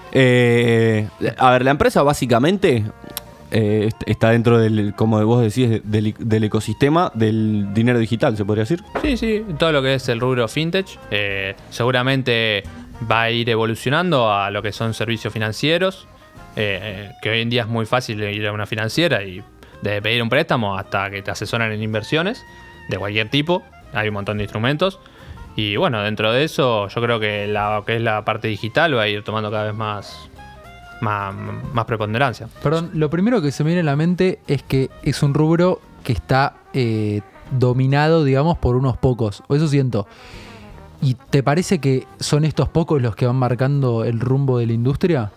Eh, a ver, la empresa básicamente eh, está dentro del, como vos decís, del, del ecosistema del dinero digital, ¿se podría decir? Sí, sí. Todo lo que es el rubro fintech. Eh, seguramente va a ir evolucionando a lo que son servicios financieros. Eh, que hoy en día es muy fácil ir a una financiera y de pedir un préstamo hasta que te asesoran en inversiones de cualquier tipo. Hay un montón de instrumentos. Y bueno, dentro de eso yo creo que la, que es la parte digital va a ir tomando cada vez más, más, más preponderancia. Perdón, lo primero que se me viene a la mente es que es un rubro que está eh, dominado, digamos, por unos pocos. O eso siento. ¿Y te parece que son estos pocos los que van marcando el rumbo de la industria?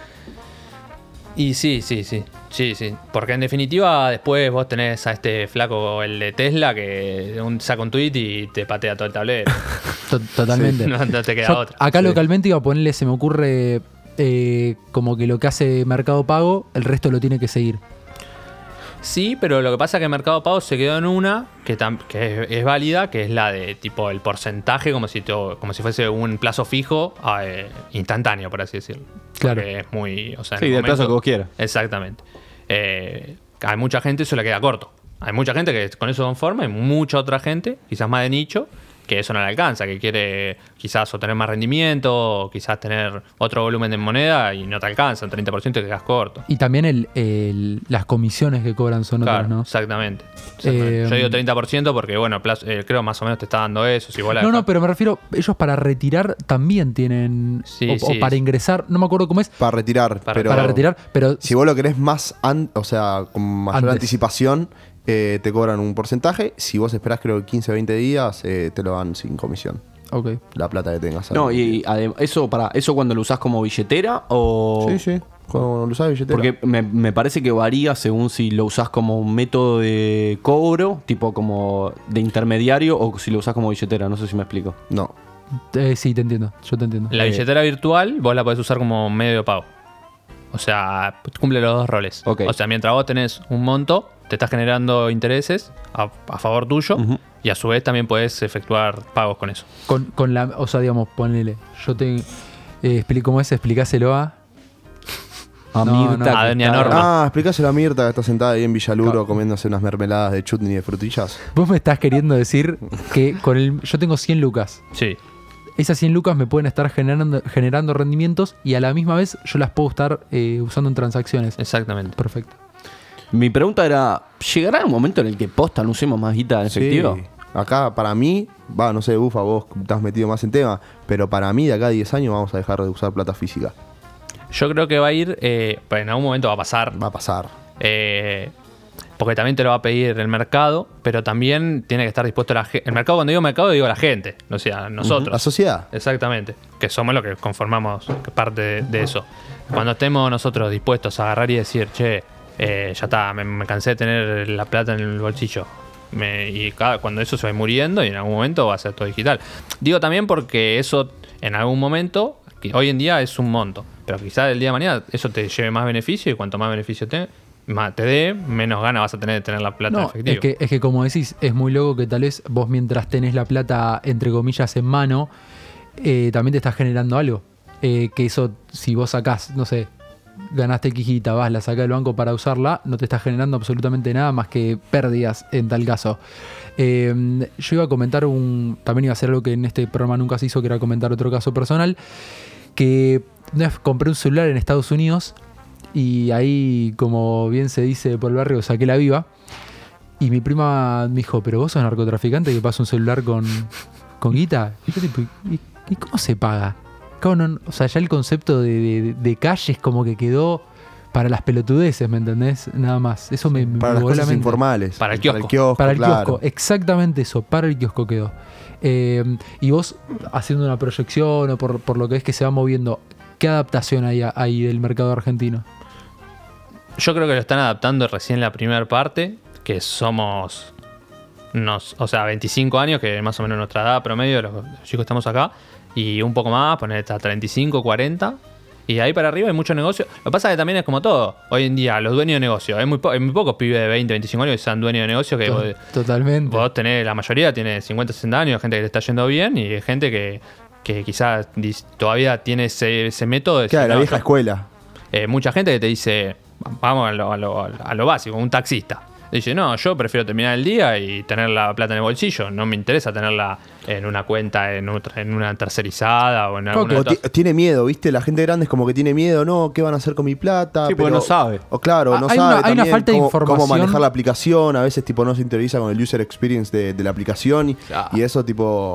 Y sí, sí, sí. Sí, sí. Porque en definitiva, después vos tenés a este flaco, el de Tesla, que un, saca un tweet y te patea todo el tablero. Totalmente. Sí, no, no te queda Yo otra. acá Sí. localmente iba a ponerle, se me ocurre eh, como que lo que hace Mercado Pago, el resto lo tiene que seguir. Sí, pero lo que pasa es que Mercado Pago se quedó en una que, tam- que es, es válida, que es la de tipo el porcentaje, como si, to- como si fuese un plazo fijo eh, instantáneo, por así decirlo. Claro. Porque es muy. O sea, en Sí, el del plazo que vos quieras. Exactamente. Eh, hay mucha gente, eso le queda corto. Hay mucha gente que con eso conforma y mucha otra gente, quizás más de nicho, que eso no le alcanza, que quiere quizás o tener más rendimiento, o quizás tener otro volumen de moneda y no te alcanza, un treinta por ciento y te quedas corto. Y también el, el- las comisiones que cobran son Claro, otras, ¿no? exactamente. exactamente. Eh, Yo digo treinta por ciento porque, bueno, plazo- eh, creo más o menos te está dando eso. Si vos la No, dejás- no, pero me refiero, ellos para retirar también tienen, Sí, o, o sí. para ingresar, no me acuerdo cómo es, Para retirar. Para- pero para retirar, pero Si vos lo querés más, an- o sea, con mayor Antes. anticipación, eh, te cobran un porcentaje. Si vos esperás, creo, quince o veinte días, eh, te lo dan sin comisión. ok. La plata que tengas. No, y adem- eso para eso cuando lo usás como billetera o. Sí, sí. Cuando lo usás billetera. Porque me, me parece que varía según si lo usás como un método de cobro, tipo como de intermediario, o si lo usás como billetera. No sé si me explico. No. Eh, sí, te entiendo, yo te entiendo. La Eh, billetera virtual vos la podés usar como medio de pago. O sea, cumple los dos roles. Ok. O sea, mientras vos tenés un monto, te estás generando intereses a, a favor tuyo Ujú. y a su vez también podés efectuar pagos con eso. Con, con la, o sea, digamos, ponele, yo te eh, explico cómo es, explicáselo a... A No, Mirta, no. que A doña está- Norma. Ah, explicáselo a Mirta que está sentada ahí en Villaluro comiéndose unas mermeladas de chutney y de frutillas. Vos me estás queriendo decir que con el, yo tengo cien lucas. Sí. Esas cien lucas me pueden estar generando, generando rendimientos y a la misma vez yo las puedo estar eh, usando en transacciones. Exactamente. Perfecto. Mi pregunta era: ¿llegará un momento en el que posta no usemos más guita en efectivo? Sí. Acá, para mí, va, no sé, Bufa, vos estás metido más en tema, pero para mí, de acá a diez años vamos a dejar de usar plata física. Yo creo que va a ir, eh, pues en algún momento va a pasar. Va a pasar. Eh, porque también te lo va a pedir el mercado, pero también tiene que estar dispuesto la gente. El mercado, cuando digo mercado, digo la gente, o sea, nosotros. La sociedad. Exactamente, que somos los que conformamos parte de, de eso. Cuando estemos nosotros dispuestos a agarrar y decir, che, eh, ya está, me, me cansé de tener la plata en el bolsillo. Me- y cada, cuando eso se va muriendo y en algún momento va a ser todo digital. Digo también porque eso en algún momento, que hoy en día es un monto, pero quizás el día de mañana eso te lleve más beneficio y cuanto más beneficio te, más te dé, menos ganas vas a tener de tener la plata en No, efectivo. es que, es que como decís, es muy loco que tal vez vos mientras tenés la plata, entre comillas, en mano, eh, también te estás generando algo. Eh, que eso, si vos sacás, no sé, ganaste quijita, vas, la sacás del banco para usarla, no te está generando absolutamente nada más que pérdidas en tal caso. Eh, yo iba a comentar un... También iba a hacer algo que en este programa nunca se hizo, que era comentar otro caso personal, que una vez compré un celular en Estados Unidos y ahí, como bien se dice por el barrio, saqué la viva. Y mi prima me dijo, pero vos sos narcotraficante que pasa un celular con, con guita. Y yo tipo, ¿y, y cómo se paga? Claro, no- o sea, ya el concepto de, de, de calle es como que quedó para las pelotudeces, ¿me entendés? Nada más. Eso me, me Para las voló la cosas mente. informales. Para el Para el kiosco. kiosco, Para el claro. kiosco, exactamente eso, para el kiosco quedó. Eh, y vos, haciendo una proyección o por, por lo que es que se va moviendo, ¿qué adaptación hay a- hay del mercado argentino? Yo creo que lo están adaptando recién la primera parte, que somos, unos, o sea, veinticinco años, que es más o menos nuestra edad promedio de los chicos que estamos acá, y un poco más, poner hasta treinta y cinco, cuarenta, y de ahí para arriba hay mucho negocio. Lo que pasa es que también es como todo, hoy en día, los dueños de negocio, hay muy, po- hay muy pocos pibes de veinte, veinticinco años que sean dueños de negocio, que To- vos, Totalmente. vos tenés, la mayoría tiene cincuenta, sesenta años, gente que le está yendo bien, y hay gente que, que quizás dis- todavía tiene ese, ese método de Claro, decir, la "No, vieja yo- escuela. eh, mucha gente que te dice, vamos a lo, a lo- a lo básico, un taxista. Dice, no, yo prefiero terminar el día y tener la plata en el bolsillo. No me interesa tenerla en una cuenta, en, otra, en una tercerizada o en Claro, alguna como otra. ti- tiene miedo, ¿viste? La gente grande es como que tiene miedo, ¿no? ¿Qué van a hacer con mi plata? Sí, porque no sabe. O claro, Ah, no hay sabe una- hay una también falta de cómo, información. cómo manejar la aplicación. A veces, tipo, no se interioriza con el user experience de, de la aplicación. Y, Claro. y eso, tipo,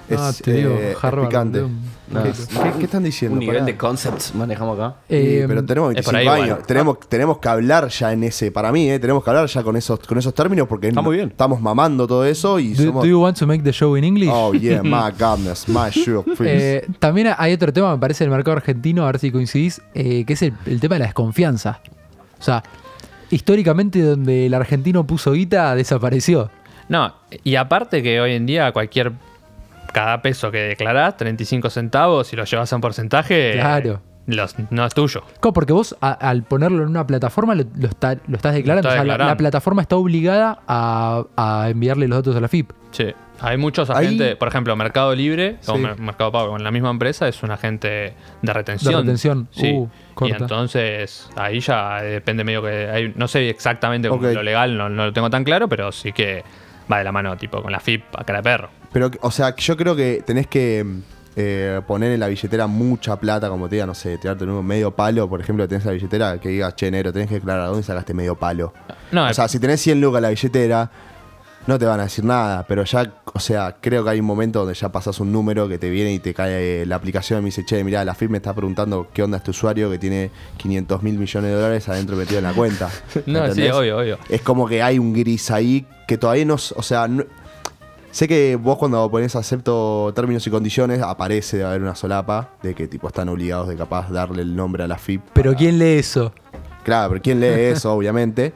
Es, Ah, te digo, eh, es Harvard, picante. boludo. No, ¿Qué, es- qué- qué están diciendo? Un nivel Pará. de concepts manejamos acá. Sí, Eh, pero tenemos es por veinticinco ahí años. igual. Tenemos, tenemos que hablar ya en ese, para mí, eh, tenemos que hablar ya con esos, con esos términos porque Está muy bien. estamos mamando todo eso y Do, somos. do you want to make the show in English? Oh yeah, my goodness, my sure, please. Eh, también hay otro tema, me parece, del mercado argentino, a ver si coincidís, eh, que es el, el tema de la desconfianza. O sea, históricamente donde el argentino puso guita, desapareció. No, y aparte que hoy en día cualquier. Cada peso que declarás, treinta y cinco centavos, si lo llevas a un porcentaje. Claro. los- no es tuyo. ¿Cómo? Porque vos a- al ponerlo en una plataforma lo, lo está- lo estás declarando. Lo O está sea, la- la, declarando. plataforma está obligada a, a enviarle los datos a la F I P. Sí. Hay muchos Ahí- agentes, por ejemplo, Mercado Libre, o Sí. Mer- Mercado Pago, en la misma empresa es un agente de retención. De retención. Sí. Uh, y corta. entonces ahí ya depende medio que. Hay, no sé exactamente cómo Ok. lo legal, no, no lo tengo tan claro, pero sí que va de la mano, tipo, con la F I P a cara de perro. Pero, o sea, yo creo que tenés que eh, poner en la billetera mucha plata, como te diga, no sé, tirarte en un medio palo, por ejemplo, tenés la billetera que digas, che, negro, tenés que declarar a dónde sacaste medio palo. No, o sea, si tenés cien lucas en la billetera, no te van a decir nada, pero ya, o sea, creo que hay un momento donde ya pasas un número que te viene y te cae la aplicación y me dice, che, mirá, la F I P me está preguntando qué onda este usuario que tiene quinientos mil millones de dólares adentro metido en la cuenta. No, sí, ¿Entendés? obvio, obvio. Es como que hay un gris ahí que todavía no, o sea, no- sé que vos cuando pones acepto términos y condiciones aparece de haber una solapa de que tipo están obligados de capaz darle el nombre a la F I P. Pero ¿quién lee eso? Claro, pero ¿quién lee eso, obviamente?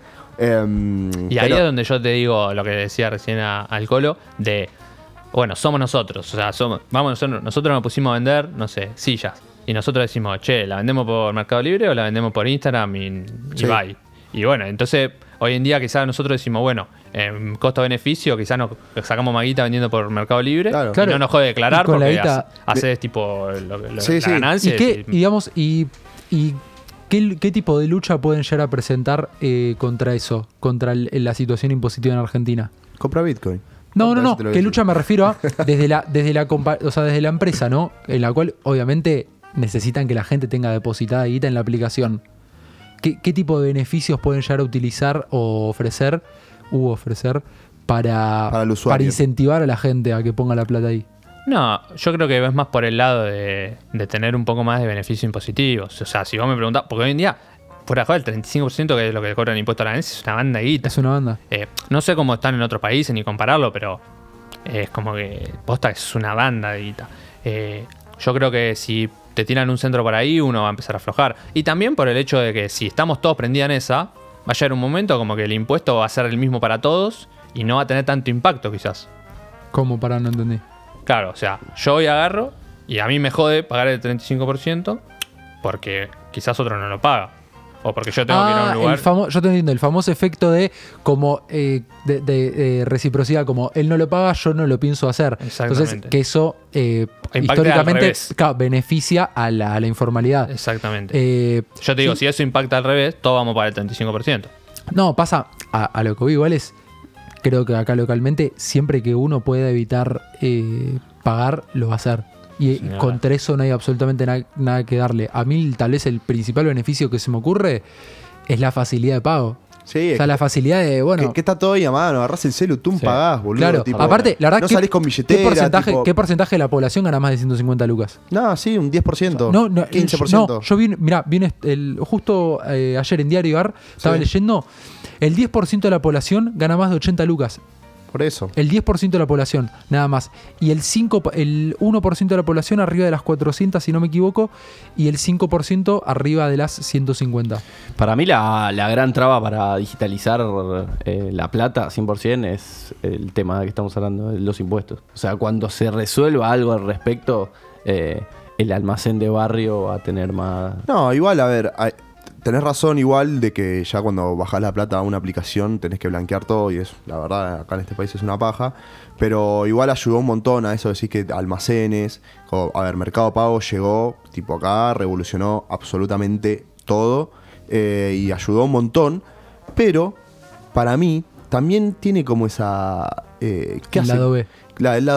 Em, Y ahí pero- es donde yo te digo lo que decía recién a- al Colo, de, bueno, somos nosotros, o sea, somos, vamos, nosotros, nosotros nos pusimos a vender, no sé, sillas, y nosotros decimos, che, ¿la vendemos por Mercado Libre o la vendemos por Instagram y, y Sí. bye? Y bueno, entonces, hoy en día quizás nosotros decimos, bueno, en costo-beneficio, quizás nos sacamos maguita vendiendo por Mercado Libre, Claro. y Claro. no nos jode declarar Y con la porque guita- hace- haces tipo lo, lo- Sí, la sí. ganancia. ¿Y qué, y digamos, y, y qué, qué tipo de lucha pueden llegar a presentar eh, contra eso, contra el- la situación impositiva en Argentina? Compra Bitcoin. No, no, Compra, no. eso te lo voy a ¿Qué decir. lucha me refiero a? Desde la, desde la, compa- o sea, desde la empresa, ¿no? En la cual, obviamente, necesitan que la gente tenga depositada guita en la aplicación. ¿Qué, qué tipo de beneficios pueden llegar a utilizar o ofrecer, u ofrecer, para, Para el usuario. incentivar a la gente a que ponga la plata ahí? No, yo creo que ves más por el lado de, de tener un poco más de beneficios impositivos. O sea, si vos me preguntás, porque hoy en día, fuera de joder, el treinta y cinco por ciento que es lo que cobran impuesto a la ganancia es una banda de guita. Es una banda. Eh, no sé cómo están en otros países ni compararlo, pero es como que posta es una banda de guita. Eh, yo creo que si te tiran un centro por ahí, uno va a empezar a aflojar. Y también por el hecho de que si estamos todos prendidos en esa, va a llegar un momento como que el impuesto va a ser el mismo para todos y no va a tener tanto impacto quizás. ¿Cómo para no entendí? Claro, o sea, yo hoy agarro y a mí me jode pagar el treinta y cinco por ciento porque quizás otro no lo paga. O porque yo tengo que ir a Ah, un lugar. el famo- yo te entiendo, el famoso efecto de como eh, de, de, eh, reciprocidad, como él no lo paga, yo no lo pienso hacer. Entonces, Exactamente. que eso eh, Impacte al históricamente revés. claro, beneficia a la, a la informalidad. Exactamente. Eh, yo te digo, sí. si eso impacta al revés, todos vamos para el treinta y cinco por ciento. No, pasa a, a lo que voy igual es, creo que acá localmente, siempre que uno pueda evitar eh, pagar, lo va a hacer. Y Señora. contra eso no hay absolutamente na- nada que darle. A mí tal vez el principal beneficio que se me ocurre es la facilidad de pago. Sí, O sea, la facilidad de, bueno... Que, que está todo ahí a mano, agarrás el celu, tú Sí. pagás, boludo. Claro, tipo, aparte, la verdad no que salís con billetera. ¿qué porcentaje, tipo- ¿qué porcentaje de la población gana más de ciento cincuenta lucas? No, sí, un diez por ciento. No, no, quince por yo- ciento. no, yo vi, mirá, vi un est- el, justo eh, ayer en Diario Ar, estaba Sí. leyendo, el diez por ciento de la población gana más de ochenta lucas. Por eso. El diez por ciento de la población, nada más. Y el, cinco, el uno por ciento de la población arriba de las cuatrocientas, si no me equivoco, y el cinco por ciento arriba de las ciento cincuenta. Para mí la, la gran traba para digitalizar eh, la plata cien por ciento es el tema de que estamos hablando, de los impuestos. O sea, cuando se resuelva algo al respecto, eh, el almacén de barrio va a tener más... No, igual, a ver, hay- tenés razón igual de que ya cuando bajás la plata a una aplicación tenés que blanquear todo y es, la verdad, acá en este país es una paja. Pero igual ayudó un montón a eso, decir que almacenes, como, a ver, Mercado Pago llegó, tipo acá, revolucionó absolutamente todo eh, y ayudó un montón. Pero, para mí, también tiene como esa... Eh, ¿qué El hace? lado B. Claro, el lado B.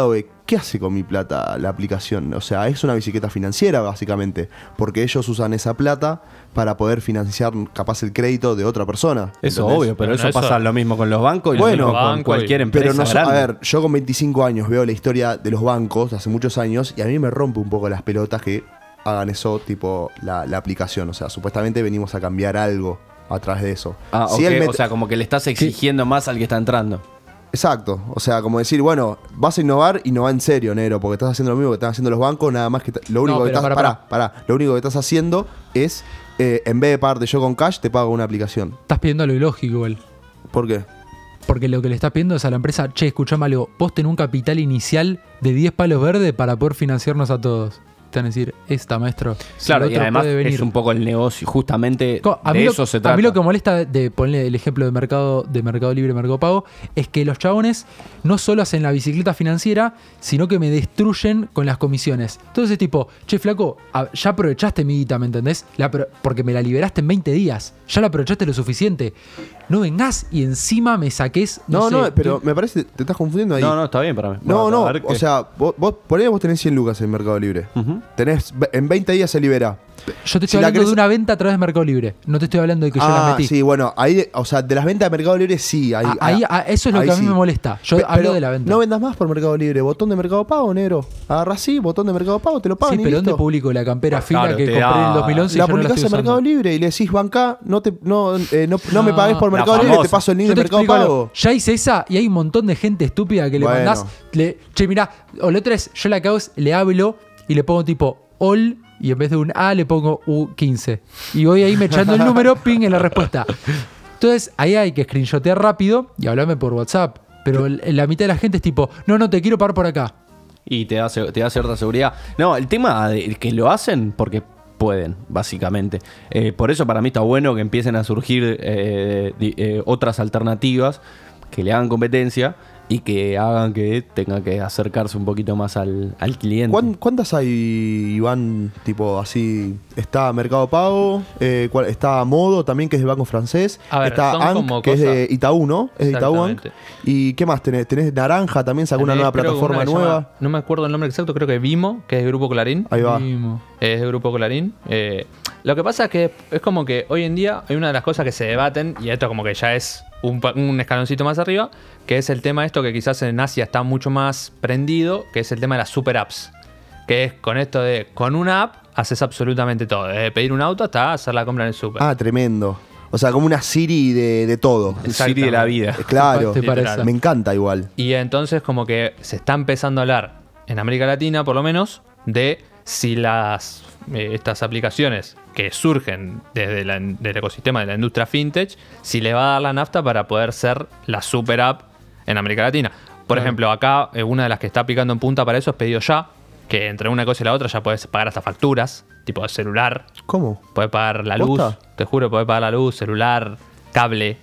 ¿qué hace con mi plata la aplicación? O sea, es una bicicleta financiera básicamente, porque ellos usan esa plata para poder financiar capaz el crédito de otra persona. Eso ¿entendés? obvio, pero Bueno, eso, eso- pasa lo mismo con los bancos y Bueno, lo mismo con banco cualquier y- empresa Pero no, so- grande. a ver, yo con veinticinco años veo la historia de los bancos de hace muchos años y a mí me rompe un poco las pelotas que hagan eso, tipo la, la aplicación. O sea, supuestamente venimos a cambiar algo a través de eso. Ah, Si ok, él met- o sea, como que le estás exigiendo más al que está entrando. Exacto, o sea, como decir, bueno, vas a innovar, innova en serio, negro, porque estás haciendo lo mismo que están haciendo los bancos, nada más que t- lo único No, que pero estás, pará, pará, pará, lo único que estás haciendo es, eh, en vez de pagarte yo con cash, te pago una aplicación. Estás pidiendo lo ilógico igual. ¿Por qué? Porque lo que le estás pidiendo es a la empresa, che, escuchame algo, vos tenés un capital inicial de diez palos verdes para poder financiarnos a todos. Te van a decir, esta, maestro. si Claro, el y otro además puede venir. es un poco el negocio, justamente Co- A de mí, lo, eso se a trata. mí lo que molesta de, de ponerle el ejemplo de mercado, de mercado Libre, Mercado Pago, es que los chabones no solo hacen la bicicleta financiera, sino que me destruyen con las comisiones. Entonces es tipo, che, flaco, a- ya aprovechaste mi guita, ¿me entendés? La apro- porque me la liberaste en veinte días. Ya la aprovechaste lo suficiente. No vengás y encima me saques. No, No, no, sé, pero que- me parece que te estás confundiendo ahí. No, no, está bien para mí. No, Bueno, no, a ver o qué- sea, vos, vos, por ahí vos tenés cien lucas en Mercado Libre. Ujú. Tenés, en veinte días se libera. Yo te estoy si la hablando querés- de una venta a través de Mercado Libre. No te estoy hablando de que yo Ah, la metí. sí, bueno, ahí, o sea, de las ventas de Mercado Libre sí. Ahí, Ah, ahí- ah, eso es lo ahí que a mí sí. me molesta. Yo Pe- hablo pero de la venta. No vendas más por Mercado Libre. Botón de Mercado Pago, negro. Agarrás así, botón de Mercado Pago, te lo pagan Sí, y pero ¿dónde listo. publico la campera fina Claro, que te compré en da- el dos mil once y La ya no la publicás estoy en Mercado usando? Libre y le decís, banca, no, te, no, eh, no, no me No, pagues por la Mercado Libre, famosa. te paso el link Yo de te Mercado explico Pago. algo. Ya hice esa y hay un montón de gente estúpida que le Bueno. mandás. Le, che, mirá, o lo otro es, yo la que hago es, le hablo y le pongo tipo all y en vez de un A le pongo U quince. Y voy ahí me echando el número, ping en la respuesta. Entonces ahí hay que screenshotear rápido y hablarme por WhatsApp. Pero el- la mitad de la gente es tipo, no, no, te quiero pagar por acá. Y te da, se- te da cierta seguridad. No, el tema de que lo hacen porque pueden, básicamente. Eh, por eso para mí está bueno que empiecen a surgir eh, di- eh, otras alternativas que le hagan competencia y que hagan que tenga que acercarse un poquito más al, al cliente. ¿Cuán- ¿Cuántas hay, Iván? Tipo así, está Mercado Pago, eh, cuál- está Modo también, que es del banco francés. A ver, está son Anc, como que es de cosas- Itaú, ¿no? Es de Itaú Anc. Exactamente. ¿Y qué más tenés? Tenés Naranja también, sacó una Tenés, nueva creo que plataforma una que se nueva. llama- no me acuerdo el nombre exacto, creo que Vimo, que es de Grupo Clarín. Ahí va. Mimo. Es de Grupo Clarín. Eh, lo que pasa es que es como que hoy en día hay una de las cosas que se debaten, y esto como que ya es un, pa- un escaloncito más arriba, que es el tema esto que quizás en Asia está mucho más prendido, que es el tema de las super apps. Que es con esto de, con una app haces absolutamente todo, desde pedir un auto hasta hacer la compra en el super. Ah, tremendo. O sea, como una Siri de, de todo. El Siri de la vida. Eh, Claro, ¿Te parece? me encanta igual. Y entonces como que se está empezando a hablar, en América Latina por lo menos, de si las eh, estas aplicaciones que surgen desde la- del ecosistema de la industria fintech, si le va a dar la nafta para poder ser la super app en América Latina. Por Claro. ejemplo, acá eh, una de las que está picando en punta para eso es Pedido Ya, que entre una cosa y la otra ya puedes pagar hasta facturas, tipo de celular, ¿Cómo? puedes pagar la luz, ¿Posta? te juro, puedes pagar la luz, celular, cable,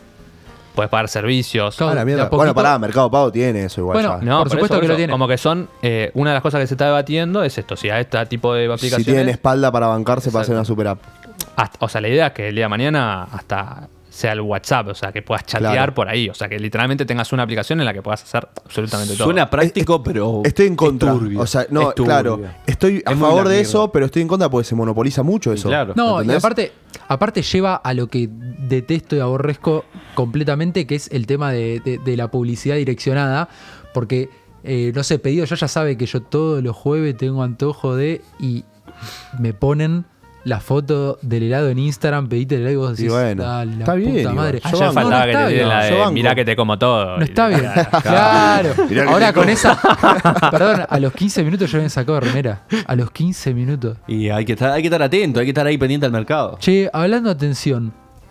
puedes pagar servicios. Claro, Ah, la de mierda. a poquito- Bueno, pará, Mercado Pago tiene eso igual. Bueno, ya. No, Por supuesto eso, que por lo eso, tiene. Como que son eh, una de las cosas que se está debatiendo es esto, si a este tipo de Si aplicaciones. tienen espalda para bancarse para hacer Exacto. una super app. hasta- o sea, la idea es que el día de mañana hasta sea el WhatsApp, o sea, que puedas chatear Claro. por ahí, o sea, que literalmente tengas una aplicación en la que puedas hacer absolutamente todo. Suena práctico, pero. Estoy en contra. es turbio. O sea, no, Es turbio. claro. Estoy a Es muy favor Black de Mirror. eso, pero estoy en contra porque se monopoliza mucho eso. claro. No, y ¿entendés? aparte, aparte lleva a lo que detesto y aborrezco completamente, que es el tema de, de- de la publicidad direccionada, porque, eh, no sé, Pedido Ya ya sabe que yo todos los jueves tengo antojo de, y me ponen la foto del helado en Instagram, pedite el helado y vos decís, Y bueno, "Dale, la está bien puta igual. madre". Yo Ayer banco. faltaba No, no que está te tiren bien. la Yo de banco. mirá que te como todo. No está bien. Claro. Claro. Mirá que Ahora te con como. esa. Perdón, a los quince minutos yo había sacado de remera. A los quince minutos. Y hay que, estar, hay que estar atento, hay que estar ahí pendiente al mercado. Che, hablando de atención.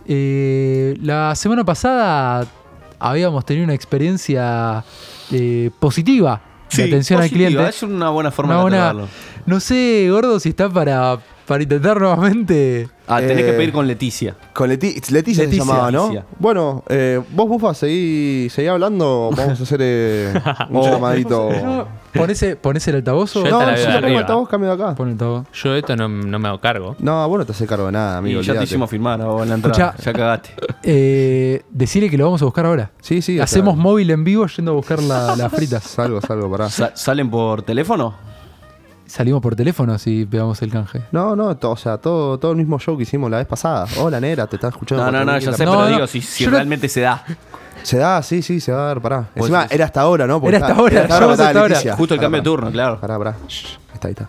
eh, la semana pasada habíamos tenido una experiencia eh, positiva de atención positiva, al cliente. Es una buena forma Una de buena- tratarlo. No sé, Gordo, si está para, para intentar nuevamente. Ah, tenés Eh, que pedir con Leticia. Con Leti- Leticia, se Leticia, llamaba, ¿no? Leticia. Bueno, eh, vos, Bufa, seguí, seguí hablando. Vamos a hacer eh, un Oh. llamadito. No, ponese, ponese el altavoz o. Yo No, esta la si veo yo de pongo el arriba. altavoz, cambio de acá. Pon el altavoz. Yo de esto no, no me hago cargo. No, vos no te haces cargo de nada, amigo. Y ya te olvídate. hicimos firmar a vos en la entrada. Escuchá. Ya cagaste. Eh, decirle que lo vamos a buscar ahora. Sí, sí. o Hacemos sea, móvil en vivo yendo a buscar la- las fritas. Salgo, salgo, pará. Sa- ¿Salen por teléfono? Salimos por teléfono si pegamos el canje. No, no, to- o sea, todo, todo el mismo show que hicimos la vez pasada. Hola, negra, te estás escuchando. No, no, no, ya sé, No, pero no, digo si, si yo no- realmente se da. Se da, sí, sí, se va a dar, pará. Vos Encima, decís- era hasta ahora, ¿no? Porque Era hasta está- ahora, Era hasta ahora, llegamos porque hasta estaba ahora. Leticia. Justo el Pará, cambio de pará. turno, claro. Pará, pará. Shh, ahí está, ahí está.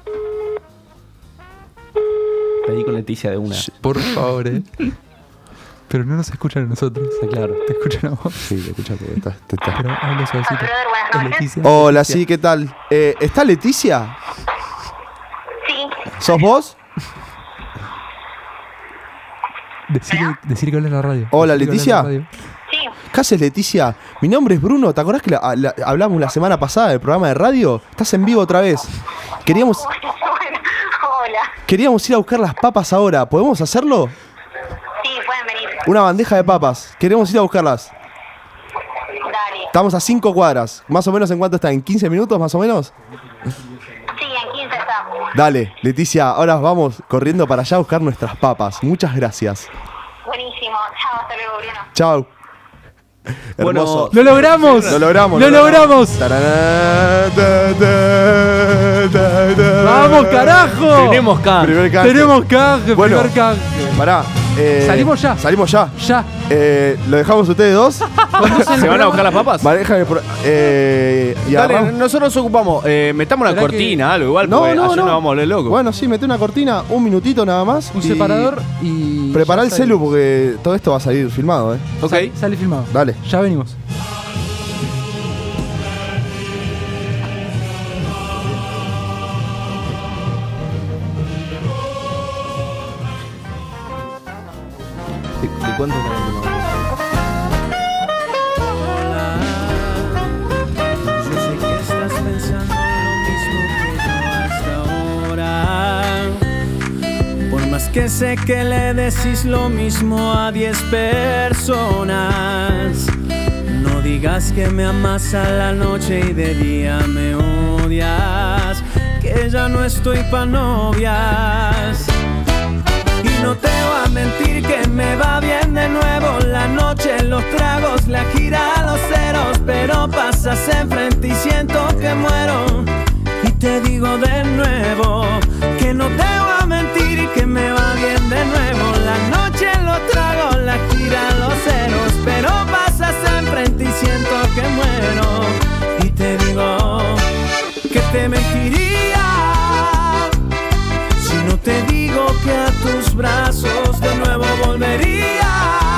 Pedí con Leticia de una. Por favor, eh. Pero no nos escuchan a nosotros. Está claro. Te escuchan a vos. Sí, te escucha porque está, te está- Pero habla suavecito. Es Leticia. Hola, sí, ¿qué tal? Eh, ¿Está Leticia? Sí. ¿Sos vos? Decirle, decirle que habla en la radio. Hola, Decirle que Leticia. habla en la radio. Sí. ¿Qué haces, Leticia? Mi nombre es Bruno. ¿Te acordás que la- la- hablamos la semana pasada del programa de radio? Estás en vivo otra vez. Queríamos, Bueno, bueno, hola. queríamos ir a buscar las papas ahora. ¿Podemos hacerlo? Sí, pueden venir. Una bandeja de papas. Queremos ir a buscarlas. Dale. Estamos a cinco cuadras. ¿Más o menos en cuánto está? ¿En quince minutos más o menos? Sí, en quince está. Dale, Leticia, ahora vamos corriendo para allá a buscar nuestras papas. Muchas gracias. Buenísimo. Chao, hasta luego, Bruno. Chao. Bueno, Hermoso. ¡Lo logramos! Lo logramos. ¡Lo logramos! Tarará, ta, ta, ta, ta. ¡Vamos, carajo! Tenemos canje. Primer canje. Tenemos canje, Bueno, primer canje. Pará. eh, ¿Salimos ya? Salimos ya. Ya. Eh, ¿Lo dejamos ustedes dos? ¿Se van a buscar las papas? Déjame por- eh, y Dale, agarramos- nosotros nos ocupamos. Eh, metamos una Esperá cortina, algo igual, No, porque no, ayer no. nos vamos a volver locos. Bueno, sí, mete una cortina, un minutito nada más. Un y separador y. Prepará ya el sale. celu porque todo esto va a salir filmado, ¿eh? ok. Sale, sale filmado. Dale. Ya venimos. ¿De, de cuánto está el tema? Yo sé que estás pensando lo mismo que yo hasta ahora. Por más que sé que le decís lo mismo a diez personas, no digas que me amas a la noche y de día me odias, que ya no estoy pa' novias. Y no te voy a mentir que me va bien de nuevo la noche, los tragos, la gira, los ceros, pero pasas enfrente y siento que muero. Y te digo de nuevo que no te voy a mentir que me va bien de nuevo la noche, los tragos, la gira, los ceros, pero pasas enfrente y siento que muero. Y te digo que te mentiría si no te digo que a tus brazos de nuevo volvería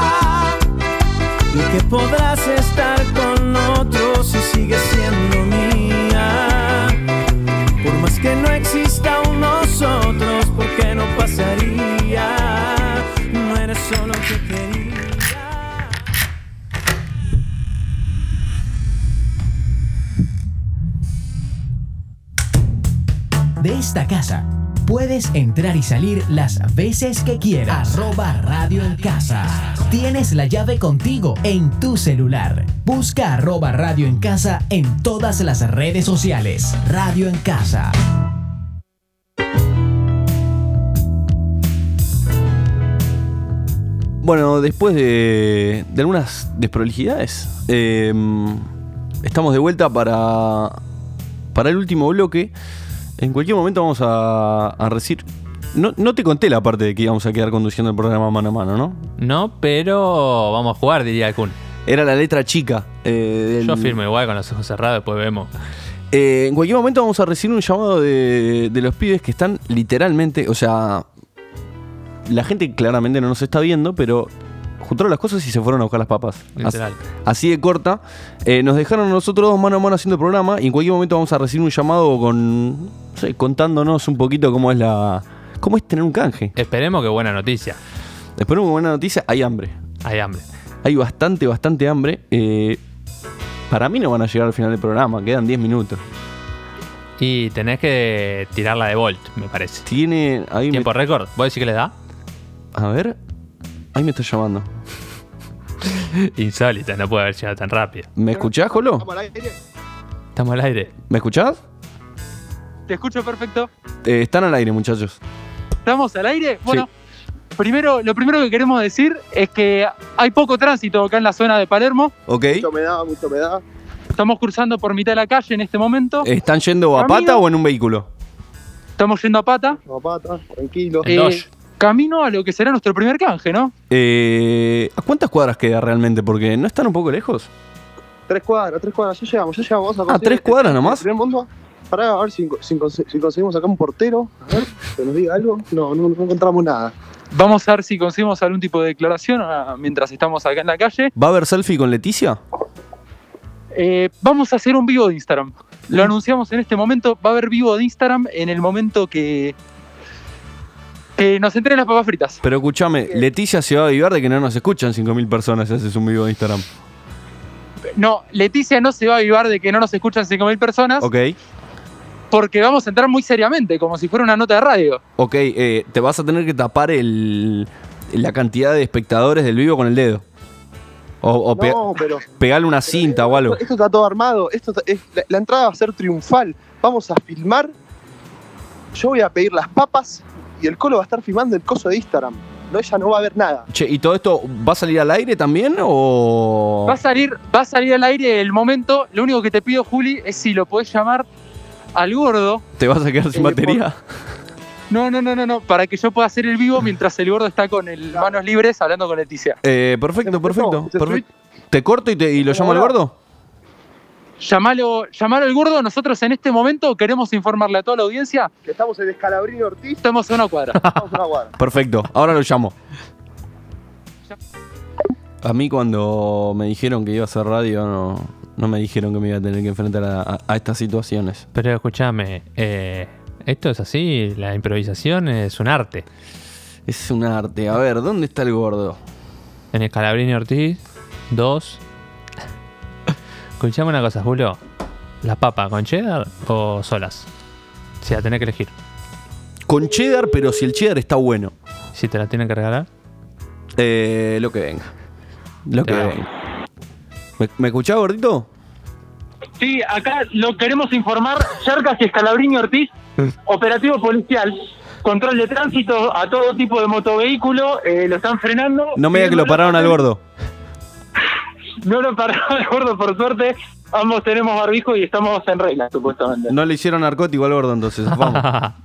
y que podrás estar con otros si sigues siendo mía. Por más que no exista un nosotros, porque no pasaría. No eres solo que quería. De esta casa puedes entrar y salir las veces que quieras. Arroba Radio en Casa. Tienes la llave contigo en tu celular. Busca arroba Radio en Casa en todas las redes sociales. Radio en Casa. Bueno, después de, de algunas desprolijidades, eh, estamos de vuelta para, para el último bloque. En cualquier momento vamos a, a recibir... No, no te conté la parte de que íbamos a quedar conduciendo el programa mano a mano, ¿no? No, pero vamos a jugar, diría el Kun. Era la letra chica. eh, del- Yo firmo igual con los ojos cerrados, después vemos. Eh, en cualquier momento vamos a recibir un llamado de, de los pibes que están literalmente, o sea, la gente claramente no nos está viendo, pero juntaron las cosas y se fueron a buscar las papas. Literal. Así, así de corta. Eh, nos dejaron a nosotros dos mano a mano haciendo el programa y en cualquier momento vamos a recibir un llamado con, no sé, contándonos un poquito cómo es la, cómo es tener un canje. Esperemos que buena noticia. Esperemos que buena noticia. Hay hambre. Hay hambre. Hay bastante, bastante hambre. Eh, para mí no van a llegar al final del programa. Quedan diez minutos. Y tenés que tirarla de Volt, me parece. Tiene ahí ¿Tiempo récord? ¿Vos decís que les da? A ver. Ahí me está llamando. Insólita, no puede haber llegado tan rápido. ¿Me escuchás, Colo? ¿Estamos al aire? Estamos al aire. ¿Me escuchás? Te escucho perfecto. Eh, están al aire, muchachos. ¿Estamos al aire? Bueno, primero, lo primero que queremos decir es que hay poco tránsito acá en la zona de Palermo. Ok. Mucha humedad, mucha humedad. Estamos cruzando por mitad de la calle en este momento. ¿Están yendo a Camino- pata o en un vehículo? Estamos yendo a pata. A pata, tranquilo. Eh, camino a lo que será nuestro primer canje, ¿no? Eh, ¿A cuántas cuadras queda realmente? Porque no están un poco lejos. Tres cuadras, tres cuadras, ya llegamos, ya llegamos. Vamos a Ah, conseguir ¿tres cuadras nomás? el primer mundo. Pará, a ver si, si, conse- si conseguimos acá un portero. A ver, que nos diga algo. No, no, no encontramos nada. Vamos a ver si conseguimos algún tipo de declaración ah, mientras estamos acá en la calle. ¿Va a haber selfie con Leticia? Eh, vamos a hacer un vivo de Instagram. Lo anunciamos en este momento. Va a haber vivo de Instagram en el momento que, que nos entreguen las papas fritas. Pero escúchame, Leticia se va a avivar de que no nos escuchan cinco mil personas si haces un vivo de Instagram. No, Leticia no se va a avivar de que no nos escuchan cinco mil personas. Ok. Porque vamos a entrar muy seriamente, como si fuera una nota de radio. Ok, eh, te vas a tener que tapar el, la cantidad de espectadores del vivo con el dedo. O, o pe- No, pero. pegarle una cinta o algo. Esto está todo armado. Esto está- es- la, la entrada va a ser triunfal. Vamos a filmar. Yo voy a pedir las papas y el Colo va a estar filmando el coso de Instagram. No, ella no va a ver nada. Che, ¿y todo esto va a salir al aire también o...? Va a salir, va a salir al aire el momento. Lo único que te pido, Juli, es si lo podés llamar al gordo. ¿Te vas a quedar sin Eh, batería? No, no, no, no, no. Para que yo pueda hacer el vivo mientras el gordo está con el manos libres hablando con Leticia. Eh, perfecto, perfecto. ¿Se perfecto. ¿Te corto y, te, y lo llamo al gordo? Llamalo, llamalo al gordo. Nosotros en este momento queremos informarle a toda la audiencia Que estamos en Escalabrini Ortiz. Estamos a una cuadra. Estamos a una cuadra. Perfecto, ahora lo llamo. A mí cuando me dijeron que iba a hacer radio, no, no me dijeron que me iba a tener que enfrentar a, a- a estas situaciones. Pero escúchame, eh, esto es así, la improvisación es un arte. Es un arte. A ver, ¿dónde está el gordo? En el Calabrini Ortiz, dos. Escuchame una cosa, Julio. ¿La papa con cheddar o solas? O sea, tenés que elegir. Con cheddar, pero si el cheddar está bueno. Si te la tienen que regalar. Eh, lo que venga. Lo que Te venga. ¿Me, ¿Me escuchás, gordito? Sí, acá lo queremos informar. Cercas y Escalabrini Ortiz, operativo policial. Control de tránsito a todo tipo de motovehículo. Eh, lo están frenando. No me digas que lo pararon al gordo. No lo pararon al gordo, por suerte. Ambos tenemos barbijo y estamos en regla, supuestamente. No le hicieron narcótico al gordo, entonces. Vamos.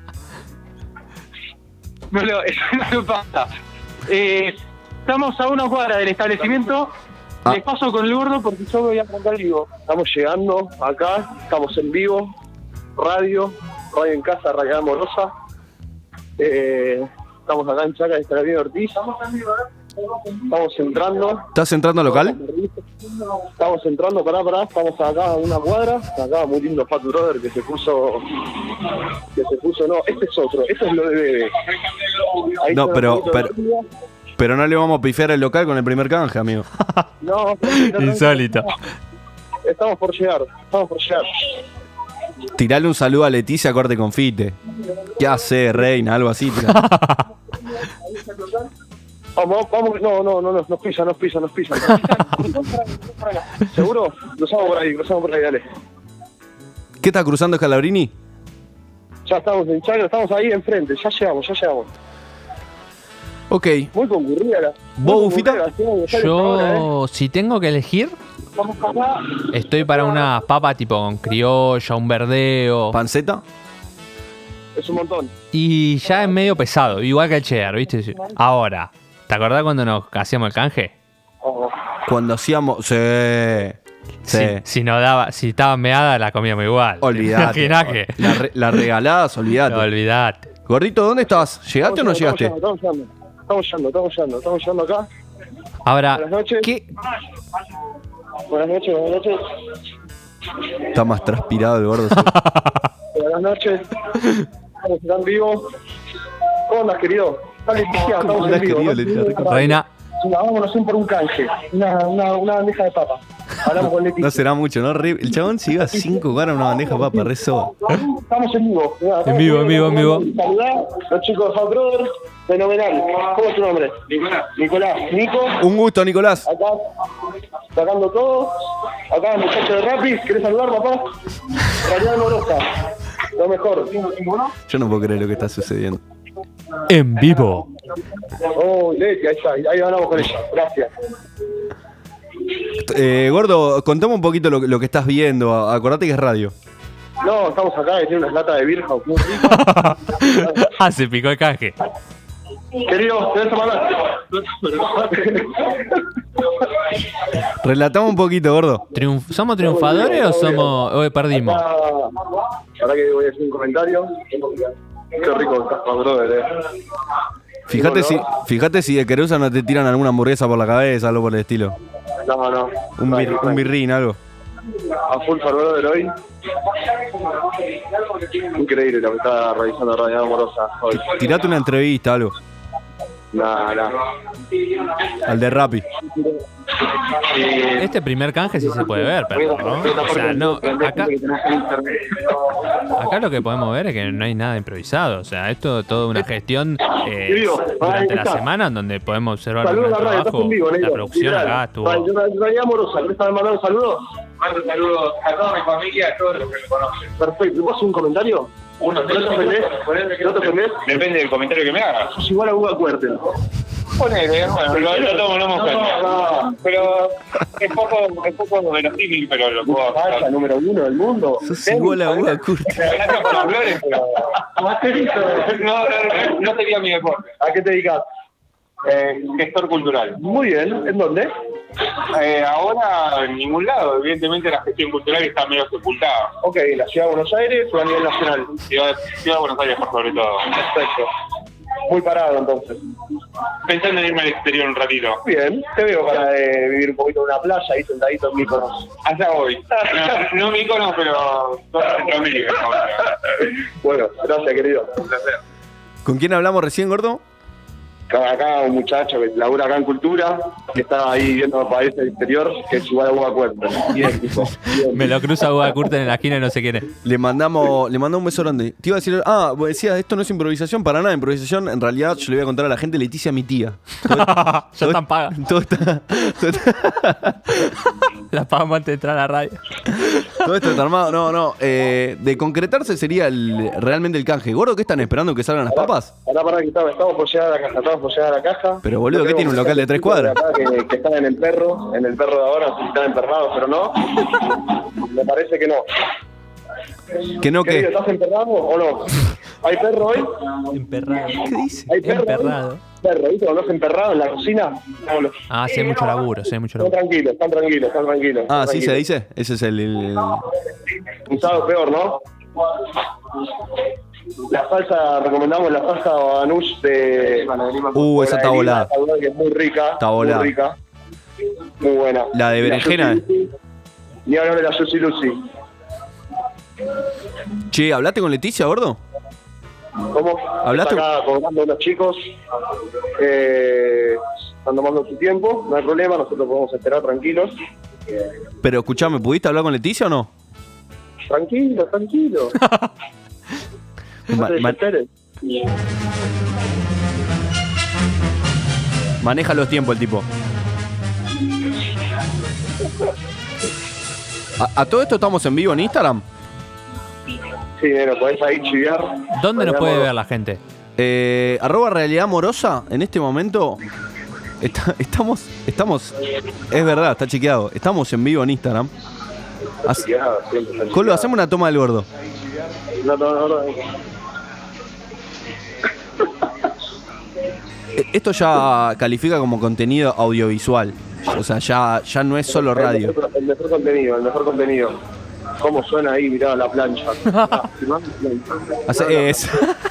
No lo, eso no lo pasa. Eh, estamos a una cuadra del establecimiento. Les paso con el gordo porque yo voy a arrancar vivo. Estamos llegando acá. Estamos en vivo. Radio. Radio en casa, Radio Amorosa. Eh, estamos acá en Chaca de Escalabrini Ortiz. Estamos entrando. ¿Estás entrando al local? Estamos entrando, pará, pará, estamos acá a una cuadra, acá muy lindo Fat Brother que se puso, que se puso, no, este es otro, este es lo de Bebe. Ahí No, está pero, un poquito pero, de ruido. pero no le vamos a pifiar el local con el primer canje, amigo. No, tranquilo, Insólito. tranquilo. Estamos por llegar, estamos por llegar. Tirale un saludo a Leticia Corte Confite. ¿Qué hace, reina? Algo así. tira. Vamos, vamos, no, no, no, no, nos pisan, nos pisan, nos pisan. ¿Seguro? Cruzamos por ahí, cruzamos por ahí, dale. ¿Qué está cruzando Scalabrini? Ya estamos en Chaca, estamos ahí enfrente, ya llegamos, ya llegamos. Ok. Muy concurrida la... ¿Vos, muy Bufita? concurrida la ciudad de Buenos Aires ahora, ¿eh? Yo, si tengo que elegir, Vamos acá. estoy para una papa tipo con criolla, un verdeo. ¿Panceta? Es un montón. Y ya es medio pesado, igual que el cheddar, ¿viste? Ahora, ¿te acordás cuando nos hacíamos el canje? Cuando hacíamos... Sí. Sí. Si, si no daba, si estaba meada, la comíamos igual. Olvidate. Imaginá que. La, re- la regaladas, olvidate. Olvidate. Gordito, ¿dónde estás? ¿Llegaste o no Estamos llegaste? llegando, Estamos llegando, estamos llegando, estamos llegando, estamos llegando acá. Ahora, Buenas noches. ¿qué? Buenas noches, buenas noches. Está más transpirado el gordo. Buenas noches. Estamos acá en vivo. ¿Cómo andas, querido? Dale, Leticia, estamos andás, en vivo. querido, Leticia? ¿no? Reina. Una, vámonos un por un canje. Una, una, una bandeja de papa. Hablamos con Leti. No será mucho, ¿no? Re- El chabón se iba cinco cuadras a una bandeja papa, re soba. Estamos en vivo. En vivo, en vivo, en vivo. Saludá, los chicos de Hot Brothers. Fenomenal. ¿Cómo es tu nombre? Nicolás. Nicolás. Nico. Un gusto, Nicolás. Acá, sacando todo. Acá el muchacho de Rappi. ¿Querés saludar, papá? Realidad Morosa. Lo mejor. Yo no puedo creer lo que está sucediendo. En vivo. Oh, Leti, ahí está. Ahí hablamos con ella. Gracias. Eh, Gordo, contame un poquito lo, lo que estás viendo. Acordate que es radio. No, estamos acá y tiene unas latas de Beer House muy ricas. Ah, se picó el canje. Querido, te vas a mandar. Relatame un poquito, Gordo. Triunf- ¿Somos triunfadores o somos o perdimos? Ahora que voy a hacer un comentario. Qué rico estás, brother, eh. Fíjate si, fíjate si de Querusa no te tiran alguna hamburguesa por la cabeza, algo por el estilo. No, no. Un, bir, un birrín, algo. A full brother hoy. Increíble lo que está realizando Radio Amorosa hoy. Tirate una entrevista, algo. No, no. Al de Rappi. Este primer canje sí se puede ver, pero ¿no? O sea, no, acá, acá lo que podemos ver es que no hay nada improvisado. O sea, esto es toda una gestión eh, durante la semana en donde podemos observar el trabajo, la producción acá estuvo. Radio Amorosa, ¿le estás mandando un saludo? Mando un saludo a toda mi familia, a todos los que me conocen. Perfecto. ¿Vos un comentario? Uno, ¿no te ofendés? ¿No te ofendés? Depende del comentario que me hagas. Sos igual a Hugo Cuerten. Ponele, bueno, pero lo tomo, no me Pero es poco, es poco verosímil, pero lo puedo hacer. Vaya, número uno del mundo. Sos igual a Hugo Curti. Gracias por las flores, pero no, no, no sería mi deporte. ¿A qué te dedicas? Eh, gestor cultural. Muy bien. ¿En dónde? Eh, ahora en ningún lado. Evidentemente la gestión cultural está medio sepultada. Ok, ¿en la Ciudad de Buenos Aires o a nivel nacional? Ciudad, Ciudad de Buenos Aires, por sobre todo. Perfecto. Muy parado entonces. Pensando en irme al exterior un ratito. Bien, te veo para eh, vivir un poquito en una playa ahí sentadito en Mykonos. Allá voy. No, no Mykonos, pero toda Centroamérica. Bueno, gracias, querido. Un placer. ¿Con quién hablamos recién, Gordo? Acá un muchacho que labura acá en Cultura, que está ahí viendo países del exterior, que es igual a Hugo Cuerten. Bien, tipo. Me lo cruza Hugo Curten en la esquina y no sé quién es. Le mandamos, le mandamos un beso grande. Te iba a decir, ah, vos decías, esto no es improvisación, para nada improvisación. En realidad, yo le voy a contar a la gente, Leticia, mi tía. Todo, ya están pagas. Todo está, todo está la pagamos antes de entrar a la radio. Todo esto está armado. No, no. Eh, de concretarse sería el, realmente el canje. Gordo, ¿qué están esperando? ¿Que salgan las papas? Pará, pará, que estamos, estamos por llegar a la caja, estamos por llegar a la caja. Pero boludo, ¿qué tiene un local de tres cuadras? Que, que están en el perro, en el perro de ahora, no sé si están emperrados, pero no. Me parece que no. ¿Que no qué? ¿Estás emperrado o no? ¿Hay perro hoy? Emperrado. ¿Qué dice? ¿Hay perro Emperrado. hoy? Perro, ¿viste? ¿No es emperrado en la cocina? No, lo... Ah, sí hay mucho laburo, sí hay mucho Están laburo. tranquilos, están tranquilos, están tranquilos. Ah, están sí se tranquilos. dice. Ese es el... el... Un sábado peor, ¿no? La salsa, recomendamos la salsa Banush de... Uh, esa está volada. Que es muy rica. Está volada. Muy rica. Muy buena. La de berenjena. Ni hablar de la Susi Lucy. Che, ¿hablaste con Leticia, Gordo? ¿Cómo? ¿Hablaste? Está acá cobrando unos chicos. Eh, están tomando su tiempo, no hay problema, nosotros podemos esperar tranquilos. Pero escuchame, ¿pudiste hablar con Leticia o no? Tranquilo, tranquilo. No Ma- te ma- desesperes. Maneja los tiempos el tipo. ¿A, a todo esto estamos en vivo en Instagram? Sí, bueno, podés ahí chiviar. ¿Dónde nos puede Podríamos- ver la gente? Eh, arroba realidad amorosa. En este momento está- estamos, estamos, es verdad, está chequeado. Estamos en vivo en Instagram. Hace- Chiviar, siempre está Colo, chiviar. hacemos una toma del Gordo. No, no, no, no. E- Esto ya califica como contenido audiovisual. O sea, ya, ya no es solo radio. El mejor, el mejor contenido, el mejor contenido. ¿Cómo suena ahí, mirá la plancha? Hace- es-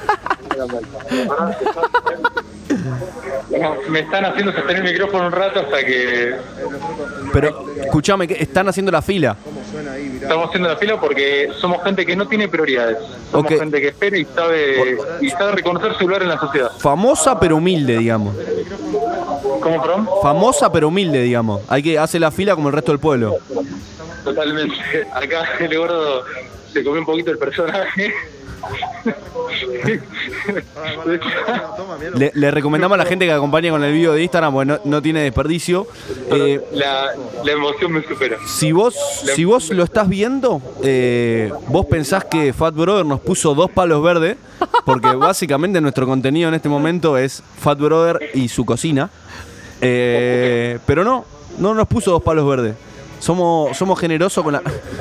Me están haciendo sostener el micrófono un rato hasta que Pero, escúchame, ¿qué? ¿Están haciendo la fila? estamos haciendo la fila porque somos gente que no tiene prioridades. Somos Ok. gente que espera y sabe y sabe reconocer su lugar en la sociedad. Famosa pero humilde, digamos. ¿Cómo, perdón? Famosa pero humilde, digamos. Hay que hacer la fila como el resto del pueblo. Totalmente. Acá el gordo se comió un poquito el personaje. Le, le recomendamos a la gente que acompañe con el video de Instagram, porque no, no tiene desperdicio. Eh, la, la emoción me supera. Si vos, si vos lo estás viendo, eh, vos pensás que Fat Brother nos puso dos palos verdes, porque básicamente nuestro contenido en este momento es Fat Brother y su cocina. Eh, pero no, no nos puso dos palos verdes. Somos, somos generosos con la...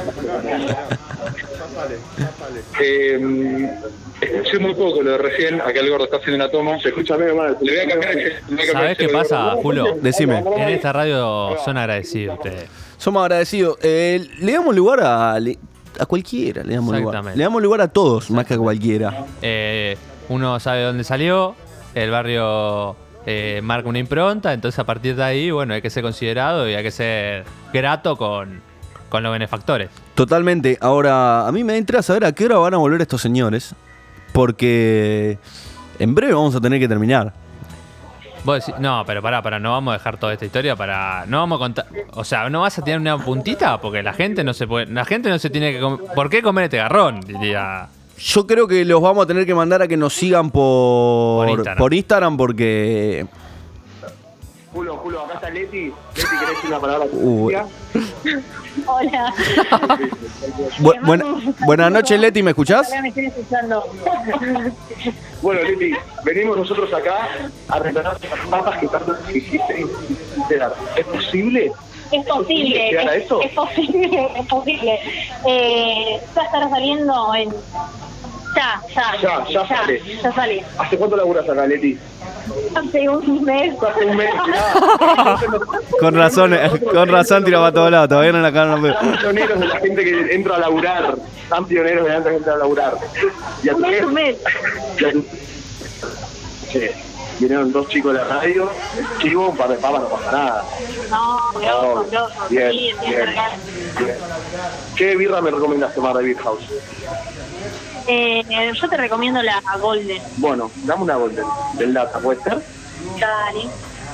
Eh, escuché muy poco lo de recién. Acá el gordo está haciendo una toma. Se escucha medio mal. Le voy a cambiar. Le voy a cambiar ¿Sabés qué pasa, Julio? Decime. En esta radio son agradecidos ustedes. Somos agradecidos. Eh, le damos lugar a, a cualquiera. Le damos lugar. Exactamente. Le damos lugar a todos, más que a cualquiera. Eh, uno sabe dónde salió, el barrio eh, marca una impronta, entonces a partir de ahí, bueno, hay que ser considerado y hay que ser grato con, con los benefactores. Totalmente. Ahora, a mí me interesa saber a qué hora van a volver estos señores, porque en breve vamos a tener que terminar. Vos decís, no, pero pará, pará, no vamos a dejar toda esta historia para... No vamos a contar... O sea, ¿no vas a tener una puntita? Porque la gente no se puede... La gente no se tiene que... Com- ¿Por qué comer este garrón? Diría... Yo creo que los vamos a tener que mandar a que nos sigan por, Por Instagram. por Instagram porque... Julio, Julio, acá está Leti. Leti, ¿querés decir una palabra? Uh. Hola. Bu- buena- buenas noches, Leti, ¿me escuchás? Me estoy escuchando. Bueno, Leti, venimos nosotros acá a reparar las papas que tanto exigiste. ¿Es posible? Es posible, llegar a es, eso? es posible, es posible. Eh, ya estará saliendo en... Ya, ya, Ya, ya sale. ya sale. ¿Hace cuánto laburas acá, Leti? Hace un mes. Hace un mes. Con razón, eh, con razón tiraba a todos lados. Todavía no la cara no Están pioneros de la gente que entra a laburar. Están pioneros de la gente que entra a laburar. Y a tu Un mes, vez, un mes. y a tu- Sí. Vinieron dos chicos de la radio, chivo, un par de papas, no pasa nada. No, grosso, grosso. Bien, Sí, sí, bien, real. bien. ¿Qué birra me recomiendas tomar de Beer House? Eh, yo te recomiendo la Golden. Bueno, dame una Golden, del Data, ¿puede ser? Dale.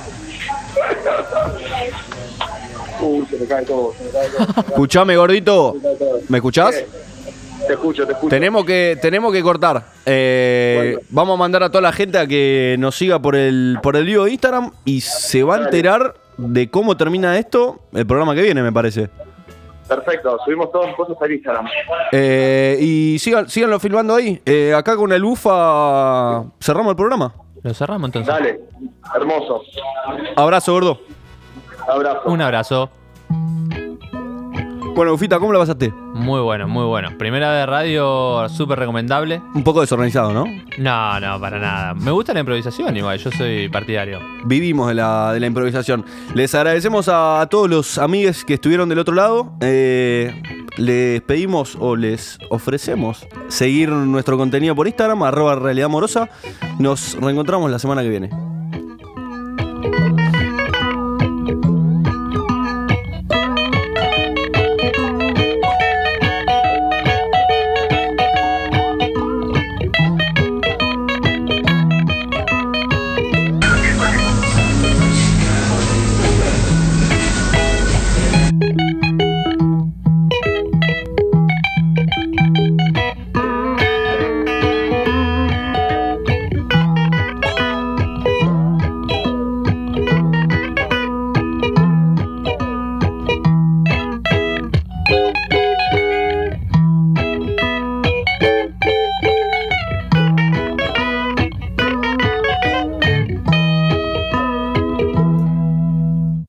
Uy, se me cae todo, se me cae todo. Escuchame, gordito. ¿Me escuchás? Te escucho, te escucho. Tenemos que, tenemos que cortar. Eh, Vamos a mandar a toda la gente a que nos siga por el, por el vivo de Instagram y se va a enterar de cómo termina esto el programa que viene, me parece. Perfecto, subimos todas las cosas al Instagram. Eh, y sigan, síganlo filmando ahí. Eh, acá con el Bufa cerramos el programa. Lo cerramos entonces. Dale, hermoso. Abrazo, gordo. Abrazo. Un abrazo. Bueno, Bufita, ¿cómo la pasaste? Muy bueno, muy bueno. Primera de radio, súper recomendable. Un poco desorganizado, ¿no? No, no, para nada. Me gusta la improvisación igual, yo soy partidario. Vivimos de la, de la improvisación. Les agradecemos a, a todos los amigues que estuvieron del otro lado. Eh, les pedimos o les ofrecemos seguir nuestro contenido por Instagram, arroba realidad amorosa. Nos reencontramos la semana que viene.